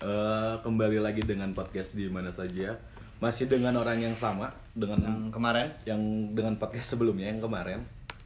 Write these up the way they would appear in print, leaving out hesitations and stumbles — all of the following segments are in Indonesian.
Kembali lagi dengan podcast di mana saja. Masih dengan orang yang sama dengan yang kemarin, yang dengan podcast sebelumnya yang kemarin.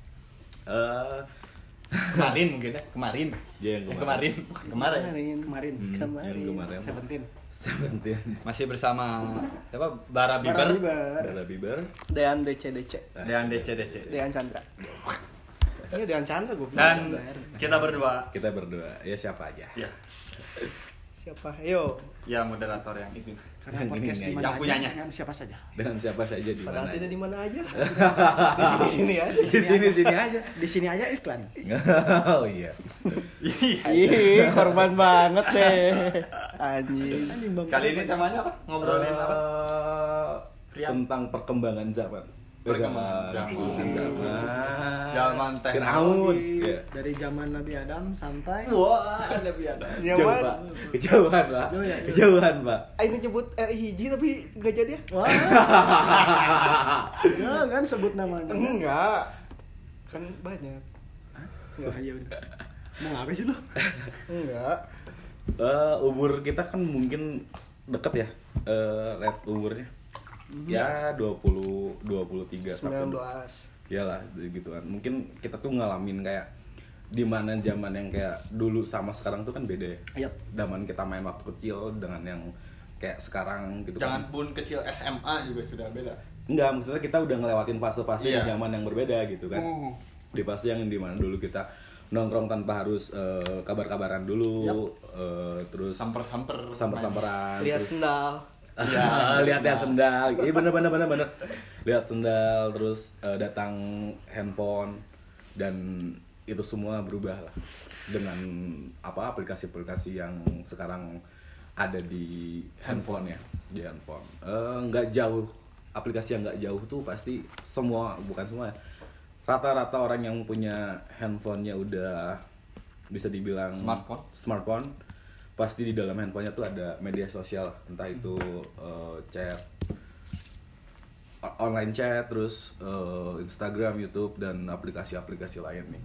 kemarin mungkin ya, kemarin. Ya, yang kemarin. Kemarin. Yang kemarin. Seventeen. Masih bersama siapa? Bara Biber. Bara Biber. Dean DC. Dan DC. Dean Chandra. Ini Dean Chandra gue. Dan kita berdua. Kita berdua. Ya siapa aja. Ya. Siapa? Yo. Ya moderator yang itu. Karena Yang podcast ini, di mana yang aja punyanya. dengan siapa saja. Dengan siapa saja di Padahal mana. tidak di mana aja. Di sini aja. Di sini aja. Di sini aja iklan. Oh iya. Ih, korban banget deh. Anjing. Kali ini temanya apa? Ngobrolin apa? Frian. Tentang perkembangan zaman. Perkembangan zaman. Zaman. Zaman Firaun. teknologi. Iya. Dari zaman Nabi Adam sampai Wah, ada biada. Jauh, Pak. Kejauhan, Pak. Jauh ya? Kejauhan, Pak. ini nyebut RI hiji tapi enggak jadi ya? Wah. Jangan sebut namanya. Enggak. Kan banyak. Enggak ya udah. Mau ngapain sih lu? Enggak. Umur kita kan mungkin deket ya. Lihat umurnya. Ya 20 23 sampai 19. Iyalah gituan. Mungkin kita tuh ngalamin kayak di mana zaman yang kayak dulu sama sekarang tuh kan beda ya. Yap. Zaman kita main waktu kecil dengan yang kayak sekarang gitu Jangan kan. pun kecil SMA juga sudah beda. Enggak, maksudnya kita udah ngelewatin fase-fase Iya. zaman yang berbeda gitu kan. Di fase yang dimana dulu kita nongkrong tanpa harus kabar-kabaran dulu. Terus samper-samperan. Lihat terus- sendal. Iya, lihat sendal. Iya bener. Lihat sendal, terus datang handphone dan itu semua berubah lah dengan aplikasi-aplikasi yang sekarang ada di handphone ya, di handphone. Nggak jauh, aplikasi yang nggak jauh tuh pasti bukan semua ya. Rata-rata orang yang punya handphonenya udah bisa dibilang smartphone. Pasti di dalam handphonenya tuh ada media sosial, entah itu chat, online chat, terus Instagram, YouTube, dan aplikasi-aplikasi lain nih.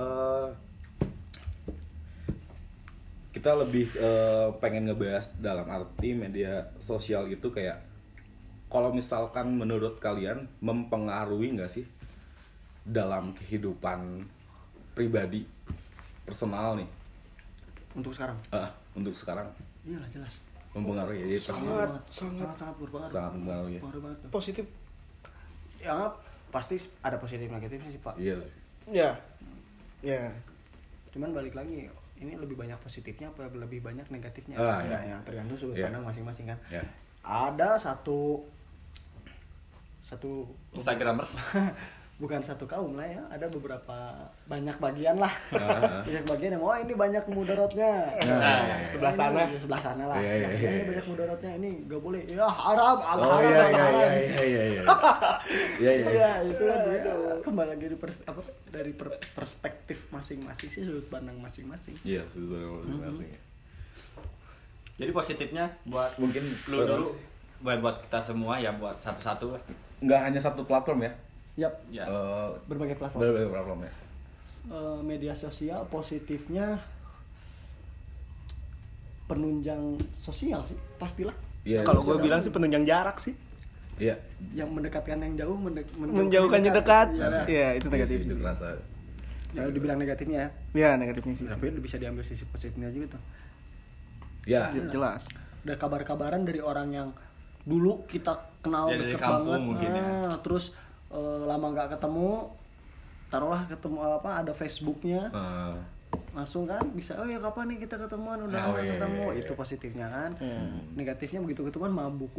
Kita lebih pengen ngebahas dalam arti media sosial itu kayak, kalau misalkan menurut kalian mempengaruhi nggak sih dalam kehidupan pribadi, personal nih? Untuk sekarang. Untuk sekarang Iyalah jelas. mempengaruhi ya, pasti Sangat berpengaruh. sangat mempengaruhi ya. Pengaruh banget. Positif. Ya pasti ada positif negatifnya sih, Pak. Iya. Ya. Ya. Cuman balik lagi, ini lebih banyak positifnya apa lebih banyak negatifnya? Ya. Ya, tergantung sudut Ya. pandang masing-masing kan. Ya. Ada satu Instagramers. bukan satu kaum lah ya, ada beberapa banyak bagian lah. Ah. Banyak bagian yang ini banyak mudaratnya. Nah, sebelah sana lah. Iya, Sebelah sana iya. ini banyak mudaratnya, ini gak boleh. Ya haram, Oh haram. iya. Ya, itu kan dia kembali lagi dari perspektif masing-masing sih, sudut pandang masing-masing. Iya, sudut pandang masing-masing. Jadi positifnya buat Mungkin lu dulu, buat kita semua ya, buat satu-satu lah. nggak hanya satu platform ya. Yap, Ya. berbagai platform. Berbagai platform ya. Media sosial positifnya penunjang sosial sih, pastilah. Iya, Kalau gue sosial. bilang sih penunjang jarak sih. Iya. Yang mendekatkan yang jauh, Menjauhkan yang dekat. Iya, Iya, itu Iya negatif sih, itu sih. terasa. Kalau dibilang negatifnya ya, Ya, negatifnya sih. tapi bisa diambil sisi positifnya juga tuh. Ya. Jelas. Ada kabar-kabaran dari orang yang dulu kita kenal Ya, dari deket kampung banget, mungkin ya. Terus lama nggak ketemu, taruhlah ketemu ada Facebooknya, langsung kan bisa, oh ya kapan nih kita ketemuan, udah lama iya, ketemu, iya. itu positifnya kan. Negatifnya begitu ketemuan mabuk.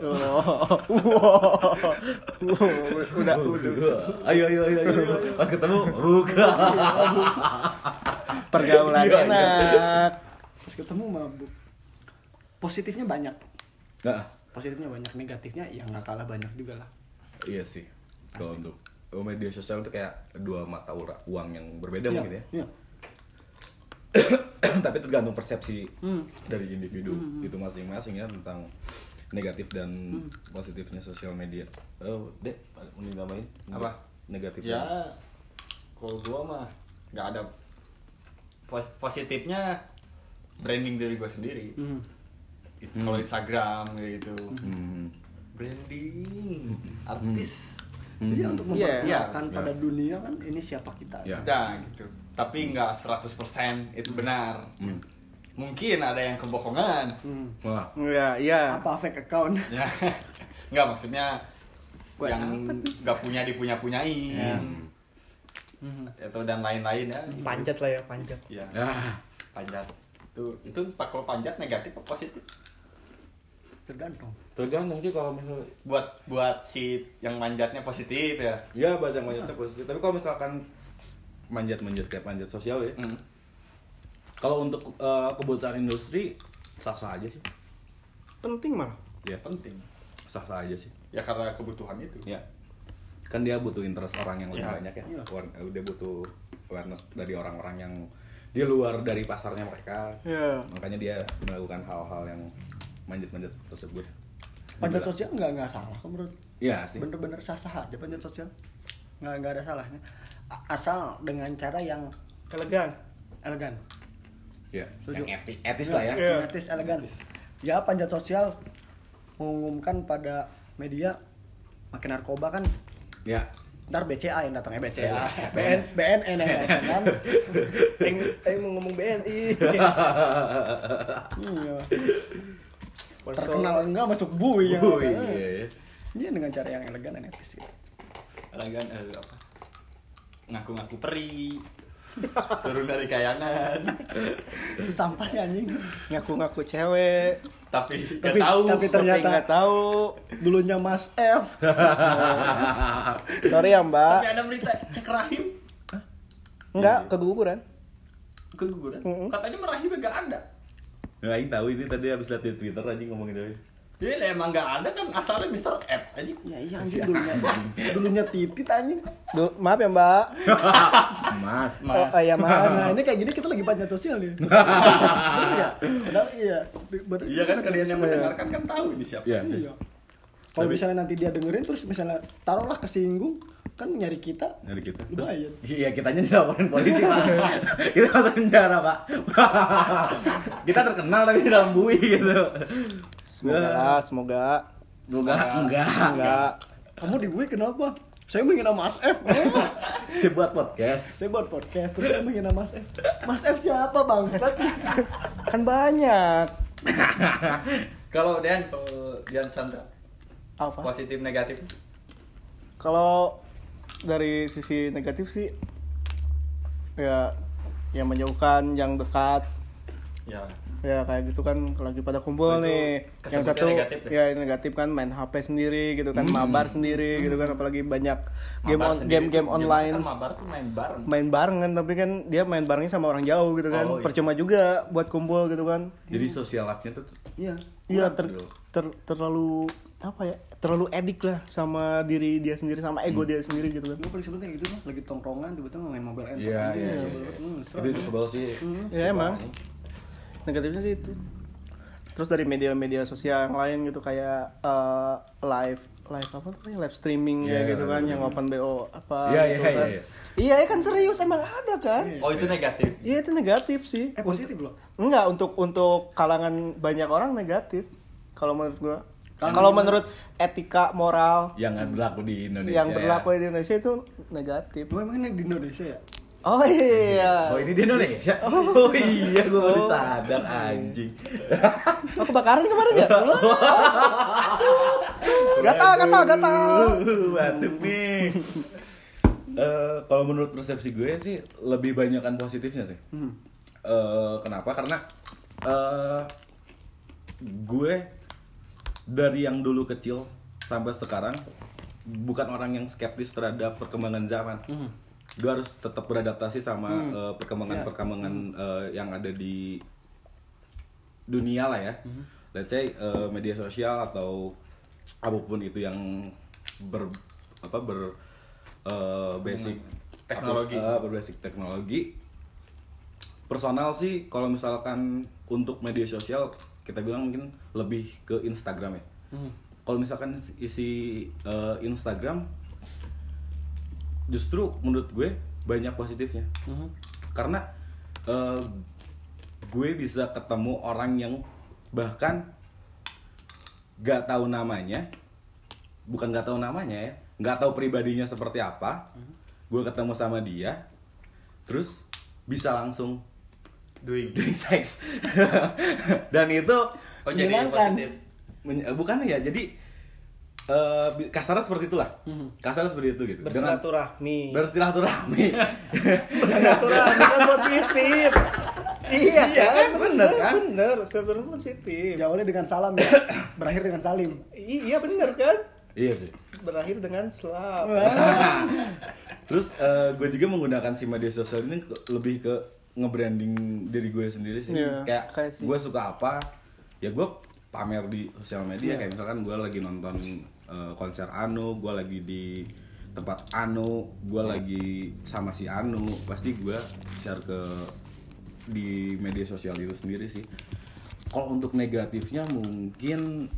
Udah. Ayo. Pas ketemu, buka. Pergaulan Iya, enak. Terus ketemu mabuk. Positifnya banyak. Nah, Positifnya banyak, negatifnya ya nggak kalah banyak juga lah. iya sih. Kalau untuk media sosial itu kayak dua mata uang yang berbeda Iya, mungkin ya. iya. Tapi tergantung persepsi dari individu itu masing-masing ya tentang negatif dan positifnya sosial media. Dek, mau nambahin Apa? Negatifnya? Ya, kalau gua mah nggak ada positifnya, branding diri gua sendiri. Kalau Instagram kayak gitu. Branding artis. Iya, untuk Iya. memperkenalkan pada dunia kan ini siapa kita. Ya. Udah gitu. Tapi nggak 100% itu benar. Mungkin ada yang kebohongan. Wah. Iya. Apa fake account? Ya. Nggak, maksudnya Buat yang nggak punya dipunya-punyain. Ya. Atau dan lain-lain ya. Panjat lah ya, panjat. Ya. Ah. Panjat. Itu kalau panjat negatif atau positif? Tergantung. Tergantung sih kalau misalnya Buat si yang manjatnya positif ya. ya banyak positif. Tapi kalau misalkan manjat kayak manjat sosial ya. Kalau untuk kebutuhan industri sah-sah aja sih. Penting malah. Ya, Penting. sah-sah aja sih. Ya karena kebutuhan itu. Ya. Kan dia butuh interest orang yang lebih Ya. banyak ya. Dia butuh awareness dari orang-orang yang di luar dari pasarnya mereka. Iya. Makanya dia melakukan hal-hal yang manjat-manjat tersebut. Panjat sosial nggak salah kok menurut. Iya sih. Bener-bener sah-sah aja panjat sosial. Nggak ada salahnya. Asal dengan cara yang elegan. Ya, Setuju. yang etis lah ya. Iya. Etis, elegan. Ya panjat sosial mengumumkan pada media makin narkoba kan. Ya. Ntar BCA yang datangnya BCA, BNN yang datang kan. Aing mau ngomong BNI. Iya. Terkenal enggak masuk bui yang Bui, datang. iya. Iya dengan cara yang elegan dan etis gitu. Elegan apa? Ngaku-ngaku peri. Turun dari kayangan. Itu sampah sih anjing. Ngaku-ngaku cewek. Tapi Tapi- nggak tahu. tapi ternyata- nggak tahu. Dulunya Mas F. Sorry ya, Mbak. Tapi ada berita cek rahim Enggak, keguguran. keguguran. Mm-mm. Katanya merahimnya nggak ada. Nah, Aing tahu ini tadi habis lihat di Twitter aja ngomongin itu. Dia emang nggak ada kan asalnya Mr. F aja. Ya iya anjing dulunya titit anjing. Maaf ya, Mbak. Mas. Oh iya, Mas. Nah ini kayak gini kita lagi panjat sosial nih. Bener ya? Padahal iya. Bener. Iya kan kalian yang mendengarkan kan tahu ini siapa. Iya. Iya. Kalau misalnya nanti dia dengerin terus misalnya taruhlah kesinggung kan nyari kita. Dari kita. Lumayan. Iya, kitanya dilaporin polisi, Pak. Kita masuk penjara, Pak. Kita terkenal tapi di dalam bui gitu. Semoga lah, semoga. Enggak. Kamu di bui kenapa? Saya menghina Mas F. Si buat podcast. Saya buat podcast terus saya menghina Mas F. Mas F siapa bangsat? Kan banyak. Kalau Dian Sandra Apa? positif negatif. Kalau dari sisi negatif sih ya yang menjauhkan, yang dekat. Ya. Ya kayak gitu kan kalau lagi pada kumpul Itu nih. Yang kesebutnya satu negatif ya negatif kan main HP sendiri gitu kan, mabar sendiri gitu kan, apalagi banyak game online. Kan mabar tuh main bareng. Main bareng kan, tapi kan dia main barengnya sama orang jauh gitu kan. Oh, iya. Percuma juga buat kumpul gitu kan. Jadi sosial life-nya tuh Iya. Iya kurang. terlalu apa ya? Terlalu edik lah sama diri dia sendiri, sama ego dia sendiri gitu kan. Gue paling sebel kayak gitu mah, lagi tongkrongan tiba-tiba main mobile handphone. Iya, anjing. iya. Itu sebel sih. Ya emang. Negatifnya sih itu. Terus dari media-media sosial yang lain gitu kayak live apa namanya, live streaming Iya, ya gitu kan, iya. yang open BO apa Iya, gitu iya, kan. iya. Iya kan serius emang ada kan? Oh itu negatif. Iya itu negatif sih. Positif loh. Enggak, untuk kalangan banyak orang negatif kalau menurut gua. Kalangan Kalau gimana? menurut etika moral Yang berlaku di Indonesia. yang berlaku di Indonesia itu negatif. Gue emang ini di Indonesia ya? Oh iya. Oh, ini di Indonesia. Oh iya, gue baru sadar anjing. Aku kebakaran kemarin ya? Gatal. Batuk nih. Kalau menurut persepsi gue sih lebih banyakan positifnya sih. Kenapa? Karena gue dari yang dulu kecil sampai sekarang bukan orang yang skeptis terhadap perkembangan zaman. Gue harus tetap beradaptasi sama perkembangan yang ada di dunia lah ya. Let's say media sosial atau apapun itu yang basic Teknologi. berbasic teknologi. Personal sih kalau misalkan untuk media sosial kita bilang mungkin lebih ke Instagram ya. Kalau misalkan isi Instagram justru menurut gue banyak positifnya. Karena gue bisa ketemu orang yang bahkan nggak tahu namanya, bukan nggak tahu namanya ya, nggak tahu pribadinya seperti apa, gue ketemu sama dia, terus bisa langsung doing sex. Dan itu jadi menyenangkan. positif. bukan ya, jadi kasarnya seperti itulah, kasarnya seperti itu gitu. Bersilaturahmi. Bersilaturahmi. Bersilaturahmi kan positif. Iya kan, bener kan? Bener, silaturahmi positif. Awalnya dengan salam ya, berakhir dengan salim. Iya bener kan? Iya sih. Berakhir dengan selam. Terus gue juga menggunakan si media sosial ini lebih ke nge-branding diri gue sendiri sih. Iya, Kayak kayak sih. gue suka apa, ya gue pamer di sosial media. Kayak misalkan gue lagi nonton konser Anu, gue lagi di tempat Anu, gue lagi sama si Anu, pasti gue share di media sosial itu sendiri sih. Kalau untuk negatifnya mungkin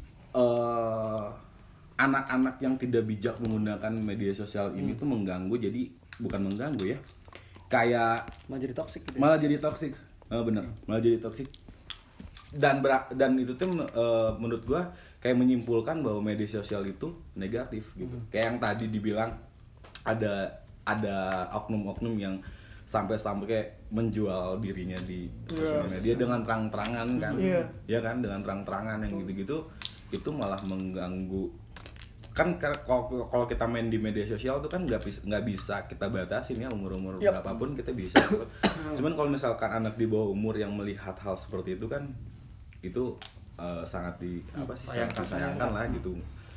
anak-anak yang tidak bijak menggunakan media sosial ini tuh mengganggu, jadi bukan mengganggu ya, kayak Malah jadi toksik gitu. malah jadi toksik. Bener, malah jadi toksik. Dan itu tuh menurut gua kayak menyimpulkan bahwa media sosial itu negatif gitu. Kayak yang tadi dibilang ada oknum-oknum yang sampai kayak menjual dirinya di sosial media dengan terang-terangan kan. Ya kan, dengan terang-terangan yang gitu-gitu itu malah mengganggu. Kan kalau kita main di media sosial tuh kan nggak bisa kita batasin ya, umur berapapun kita bisa gitu. Cuman kalau misalkan anak di bawah umur yang melihat hal seperti itu kan itu sangat disayangkan lah gitu.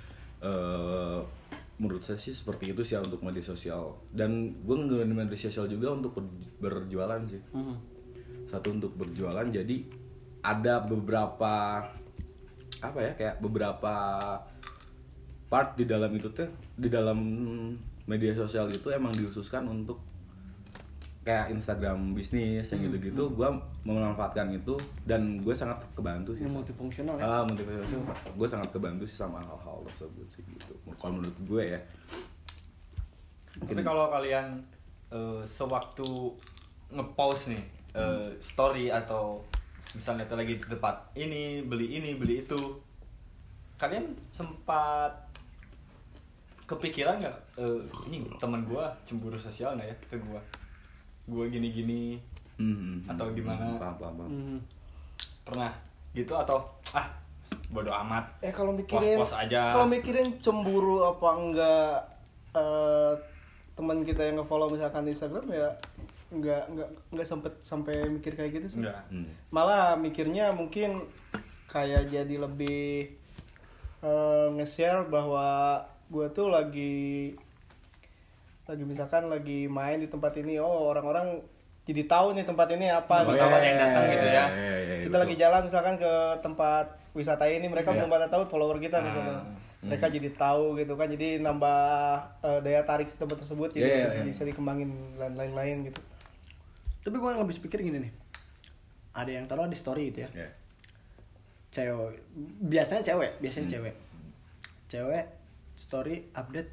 Menurut saya sih seperti itu sih untuk media sosial. Dan gue nggunain media sosial juga untuk berjualan sih. Satu untuk berjualan, jadi ada beberapa kayak beberapa part di dalam itu tuh, di dalam media sosial itu emang dikhususkan untuk kayak Instagram bisnis yang gitu-gitu. Gue memanfaatkan itu dan gue sangat kebantu sih. Multifungsional ya. Multifungsional. Gue sangat kebantu sih sama hal-hal tersebut sih gitu. Kalau menurut gue ya. Tapi kalau kalian sewaktu nge-post nih story atau misalnya lagi di tempat ini beli itu, kalian sempat kepikiran nggak ini teman gue cemburu sosial nggak ya ke gue gini atau gimana? Paham. Pernah gitu atau bodo amat, Kalau mikirin post aja. Kalau mikirin cemburu apa enggak teman kita yang nge-follow misalkan di Instagram ya enggak sampai mikir kayak gitu sih. Enggak. Malah mikirnya mungkin kayak jadi lebih nge-share bahwa gue tuh lagi misalkan lagi main di tempat ini, orang-orang jadi tahu nih tempat ini apa. Tempat yang datang gitu ya. Kita lagi jalan misalkan ke tempat wisata ini, mereka belum pada tahu follower kita misalnya. Mereka jadi tahu gitu kan, jadi nambah daya tarik si tempat tersebut, jadi bisa dikembangin dan lain-lain gitu. Tapi gue nggak bisa pikir gini nih. Ada yang taruh di story gitu ya. Cewek, biasanya cewek. Cewek story update.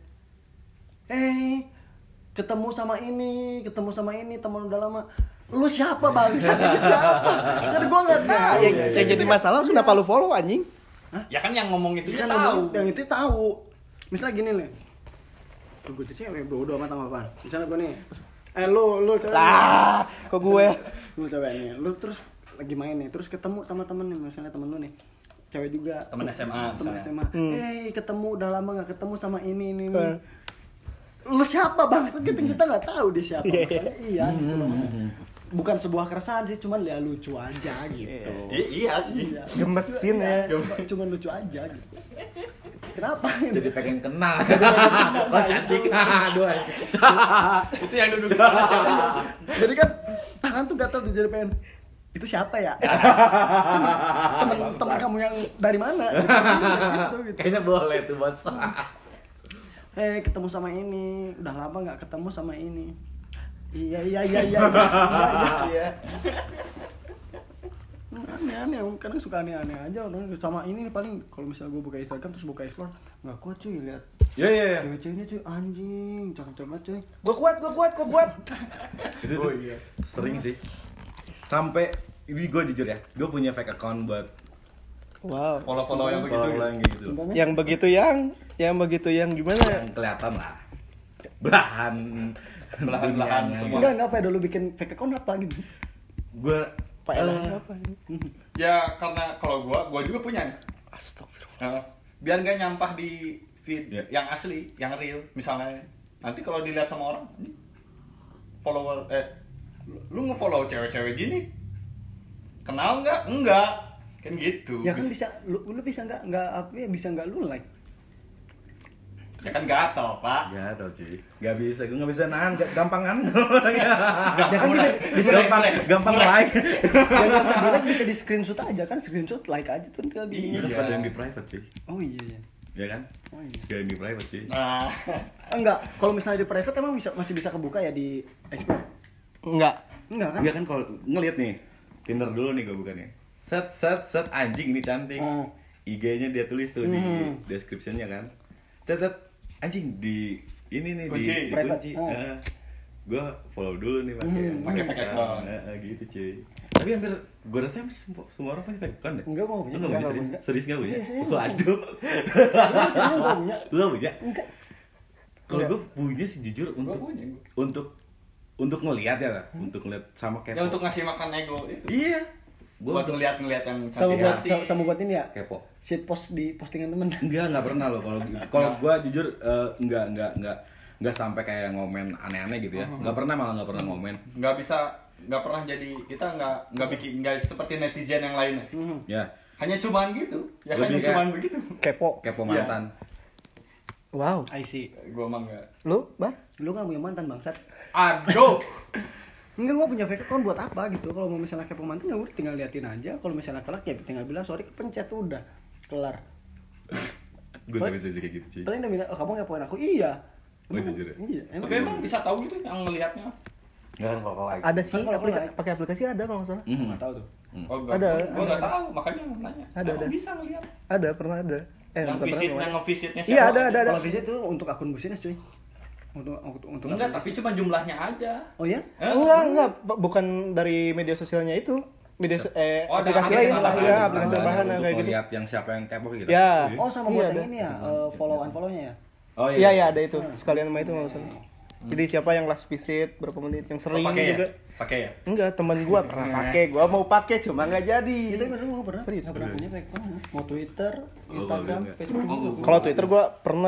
Ketemu sama ini teman udah lama. Lu siapa bang? Ini siapa? Kan gue nggak tahu. Yang jadi masalah kenapa lu follow anjing? Ya kan yang ngomong itu Kan dia tahu. yang itu tahu. Misalnya gini nih. Gue tuh cewek, bodo amat sama apaan. Misalnya gue nih. Lu cewek. Kok gue? Lu cewek nih. Lu terus lagi main nih, terus ketemu sama temen nih, misalnya temen lu nih. Cewek juga. Temen SMA Temen misalnya. SMA. Ketemu udah lama enggak ketemu sama ini. Lu siapa bang? Kita nggak tahu dia siapa. Maksudnya iya gitu loh. Bukan sebuah keresahan sih, cuman ya lucu aja gitu. Iya sih. Iya. Gemesin ya. Cuman lucu aja gitu. Kenapa? Jadi pengen kenal. Kok cantik. Aduh. Itu yang duduk di sana siapa? Jadi kan tangan tuh gatal tuh, jadi pengen itu siapa ya? Temen kamu yang dari mana? Gitu. Kayaknya boleh tuh bos. Ketemu sama ini, udah lama nggak ketemu sama ini. Iya. Aneh-aneh, kadang suka aneh-aneh aja orang sama ini nih. Paling kalau misalnya gue buka Instagram terus buka explore, nggak kuat cuy lihat. Iya. Cewek-ceweknya cuy, anjing, cakep-cakep banget cuy. Gue kuat. Itu tuh sering sih. Sampai ini gue jujur ya, gue punya fake account buat Wow. Follow yang begitu. Follow yang gitu. Contohnya? Yang begitu yang gimana? Yang kelihatan lah. Belahan Belahan-belahan dunianya semua. gitu. Enggak apa ya dulu bikin fake account apa gitu. Gue Apa? Ya karena kalau gua juga punya. Astagfirullah. Biar nggak nyampah di feed Ya. yang asli, yang real. Misalnya nanti kalau dilihat sama orang, ini follower lu nge-follow cewek-cewek gini. Kenal nggak? Enggak. Kan gitu. Ya kan bisa lu bisa nggak apa ya bisa nggak lu like. Ya kan gatel, Pak. Gatel cuy. Gak bisa, gue gak bisa nahan, gampangan. Ya kan bisa gampang like. ya nggak usah di like bisa di screenshot aja kan screenshot like aja tuh tinggal di. Iya. Terus ada yang di private cuy. Oh iya iya. Ya kan? Oh iya. Gak yang di private cuy. Nah, Enggak, kalau misalnya di private emang masih bisa kebuka ya di explore. Enggak. Enggak kan? Enggak kan kalau ngeliat nih, Tinder dulu nih gue bukannya. Set anjing ini cantik. Oh. IG-nya dia tulis tuh di description-nya kan. Set anjing di ini nih Kunci. di Private. kunci. Oh. Gue follow dulu nih pakai Pakai account. gitu cuy. Tapi hampir gue rasa semua orang pakai fake account deh. Enggak mau punya. Lu nggak Enggak punya punya. serius nggak punya? Iya, serius. Waduh. Saya enggak punya. Lu nggak punya? Enggak. Kalau gue punya sih jujur gua punya. untuk ngelihat ya, untuk ngelihat sama Ya kepo. untuk ngasih makan ego itu. Iya. Gua Buat ngeliat-ngeliat yang Sama buat cantik-cantik. sama buat ini ya. kepo. Shit post di postingan temen. Enggak pernah loh kalau gua jujur enggak sampai kayak ngomen aneh-aneh gitu ya. Enggak pernah ngomen. nggak pernah jadi kita nggak seperti netizen yang lainnya. Ya, Hanya cuman gitu. Ya Lebih hanya kayak- cuman begitu. kepo mantan. Wow. I see. Gua mah enggak. Lu, Bang? Lu kan punya mantan bangsat. Aduh. Enggak, gua punya fake account buat apa gitu. Kalau mau misalnya kepo mantan ya udah tinggal liatin aja. Kalau misalnya kelak ya tinggal bilang sorry kepencet udah. Kelar. Gue gak bisa sih kayak gitu cuy. Paling udah bilang, oh, kamu ngepoin aku. Iya. Oh, jujur ya? Iya. Tapi emang bisa tahu gitu yang ngelihatnya. Enggak kan kalau like. Ada sih Kan kalau like. pakai aplikasi ada kalau nggak salah. Enggak tahu tuh. Oh, enggak. Ada, Gua enggak ada. tahu, makanya nanya. Ada. Emang bisa ngelihat. Ada, pernah ada. Yang bukan visit, pernah, yang nge-visitnya Iya, ada. Kalau visit itu untuk akun bisnis cuy. Untuk Enggak, akun tapi bisnis. cuma jumlahnya aja. Oh ya? Enggak, bukan dari media sosialnya itu. Oh, ada aplikasi aplikasi lain, tambahan. ya, aplikasi Tambahan tambahan untuk kayak gitu. ngeliat yang siapa yang kepo gitu. Ya. Oh sama Iya, buat ada. yang ini ya, follow unfollow-nya ya. Oh Iya, iya ada itu. Sekalian sama itu nggak usah. Jadi siapa yang last visit berapa menit yang sering Pakai ya? juga. Pakai ya? Enggak, teman gua pernah pakai. Gua mau pakai cuma nggak jadi. Itu bener gua pernah. Serius? Nggak pernah punya fake account. Mau Twitter, Oh, Instagram, enggak. Facebook. juga. Kalau Twitter gua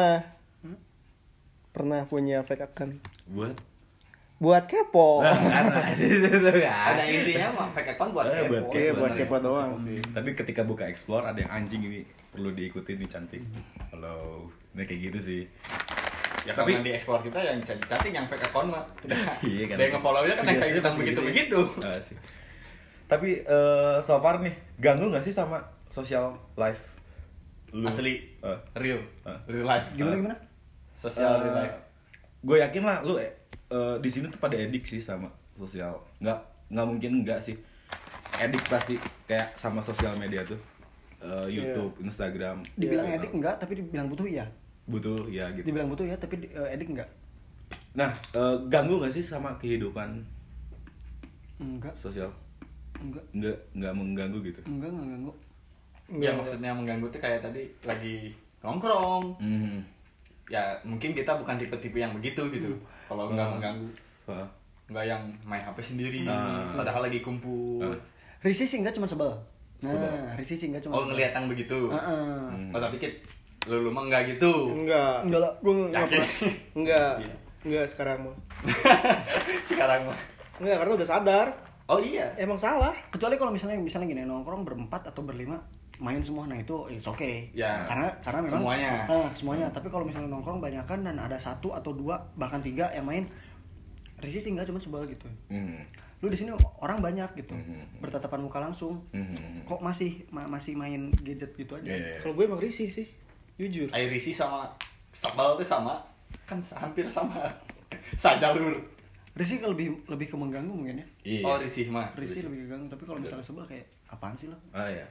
pernah punya fake account buat kepo. Ada intinya mah fake account buat kepo. buat Oke, buat sebenarnya. kepo doang sih. Tapi ketika buka explore ada yang anjing ini perlu diikutin nih cantik. Kalau ini kayak gitu sih. Ya Tapi- tapi di ekspor kita yang cantik-cantik yang fake account mah. Iya kan. Dia yang nge-follow-nya kan yang kayak gitu Pasti begitu-begitu. ya. Asik. Tapi so far nih ganggu nggak sih sama social life? Lu? Asli, real Ah. life. Gimana? Social real life. Gue yakin lah lu di sini tuh pada edik sih sama sosial. Nggak mungkin enggak sih. Edik pasti kayak sama sosial media tuh. YouTube, Instagram. Dibilang edik enggak, tapi dibilang butuh iya. Butuh ya gitu. Dibilang butuh ya, tapi edik enggak. Nah, ganggu nggak sih sama kehidupan Enggak, sosial? enggak, Nggak mengganggu gitu. enggak ganggu. Ya maksudnya mengganggu tuh kayak tadi lagi nongkrong. Hmm. Ya mungkin kita bukan tipe-tipe yang begitu gitu. Kalau nggak mengganggu, Wah. nggak yang main HP sendiri. Ah. Padahal lagi kumpul. Ah. Risih sih enggak cuma sebel. Sebel. Nah, risih sih enggak cuma Oh ngelihat yang begitu. Heeh. Oh tapi lu mah enggak gitu. Enggak. Enggak lah. Gua enggak Yakin? pernah. Enggak. Iya. Enggak sekarang mah. Sekarang mah. Enggak, karena udah sadar. Oh iya. Emang salah. Kecuali kalau misalnya gini nongkrong berempat atau berlima main semua, nah itu it's okay. Ya. Karena memang Semuanya. semuanya. Tapi kalau misalnya nongkrong banyakan dan ada 1 atau 2 bahkan 3 yang main, risih sih enggak cuma sebel gitu. Hmm. Lu di sini orang banyak gitu, bertatapan muka langsung. Hmm. Kok masih main gadget gitu aja? Iya, iya. Kalau gue emang risih sih. Jujur. Air isi sama sebel tuh sama. Kan hampir sama. Sajalur. Risih lebih ke mengganggu mungkin ya. Iya. Oh risih mah. Risih lebih ke ganggu, tapi kalau misalnya sebel kayak apaan sih lo? Ah ya.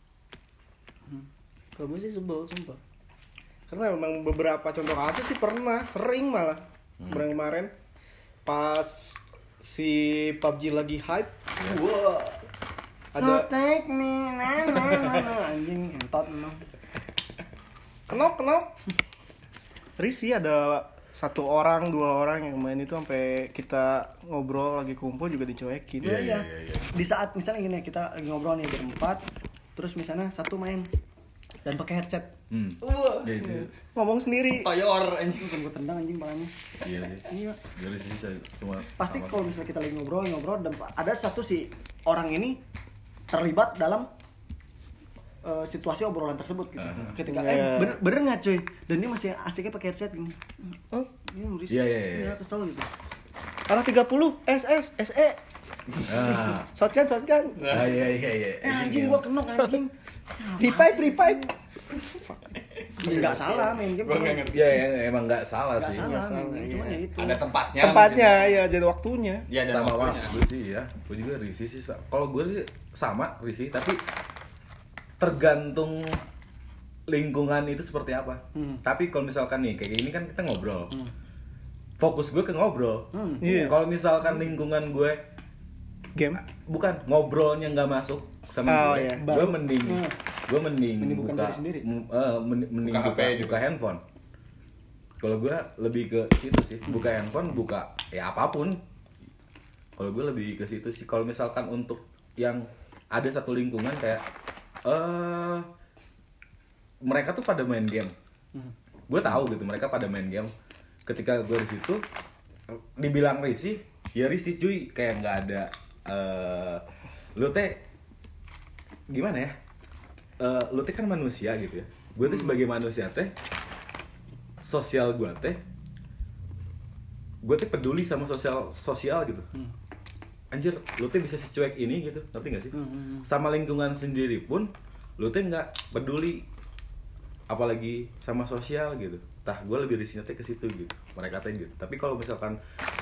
Kalau gue sih sebel, sumpah. Karena memang beberapa contoh kasus sih pernah, sering malah. Kemarin pas si PUBG lagi hype, wah, So take me, anjing entot memang. Kenop. Risih ada 1 orang, 2 orang yang main itu sampai kita ngobrol lagi kumpul juga dicuekin. Iya. Di saat misalnya gini, kita lagi ngobrol nih berempat, terus misalnya satu main dan pakai headset. Wah. Ya itu. Ngomong sendiri. Toyor anjing. Bukan gue tendang anjing palanya. Iya sih. Iya. Dari sini saya semua. Pasti sama. kalau misalnya kita lagi ngobrol dan ada satu si orang ini terlibat dalam situasi obrolan tersebut gitu. Ketika Iya. bener nggak cuy, dan dia masih asiknya pakai headset gini. Oh, Ini nulis. Iya. Kesel gitu. arah 30 SS SE. Ah. Shotgun. Iya. Anjing gua kenok anjing. Repipe. Enggak salah main game. Gua nggak ngerti. Iya, emang nggak salah Enggak sih. salah salah, main game, iya. cuman ya itu. Ada tempatnya. Tempatnya ya jadi waktunya. Ya ada Sama waktunya. waktu sih ya. Gue juga risih sih. Kalau gue sih sama risih, tapi tergantung lingkungan itu seperti apa. Tapi kalau misalkan nih kayak gini kan kita ngobrol. Fokus gue ke ngobrol. Iya. Kalau misalkan lingkungan gue Game. bukan ngobrolnya nggak masuk sama Oh, gue, iya. gue mending Menyibukkan buka diri sendiri. mending Buka buka, HP buka handphone. Kalau gue lebih ke situ sih, buka handphone, buka ya apapun. Kalau gue lebih ke situ sih. Kalau misalkan untuk yang ada satu lingkungan kayak mereka tuh pada main game, gue tahu gitu mereka pada main game. Ketika gue di situ dibilang risih, ya risih cuy, kayak nggak ada lu teh gimana ya, lu teh kan manusia gitu ya, gue tuh sebagai manusia teh sosial gue teh peduli sama sosial gitu. Anjir, lu teh bisa secuek ini gitu, ngerti gak sih? Sama lingkungan sendiri pun lu teh nggak peduli, apalagi sama sosial gitu. Tah gue lebih risihnya teh ke situ gitu, mereka teh gitu. Tapi kalau misalkan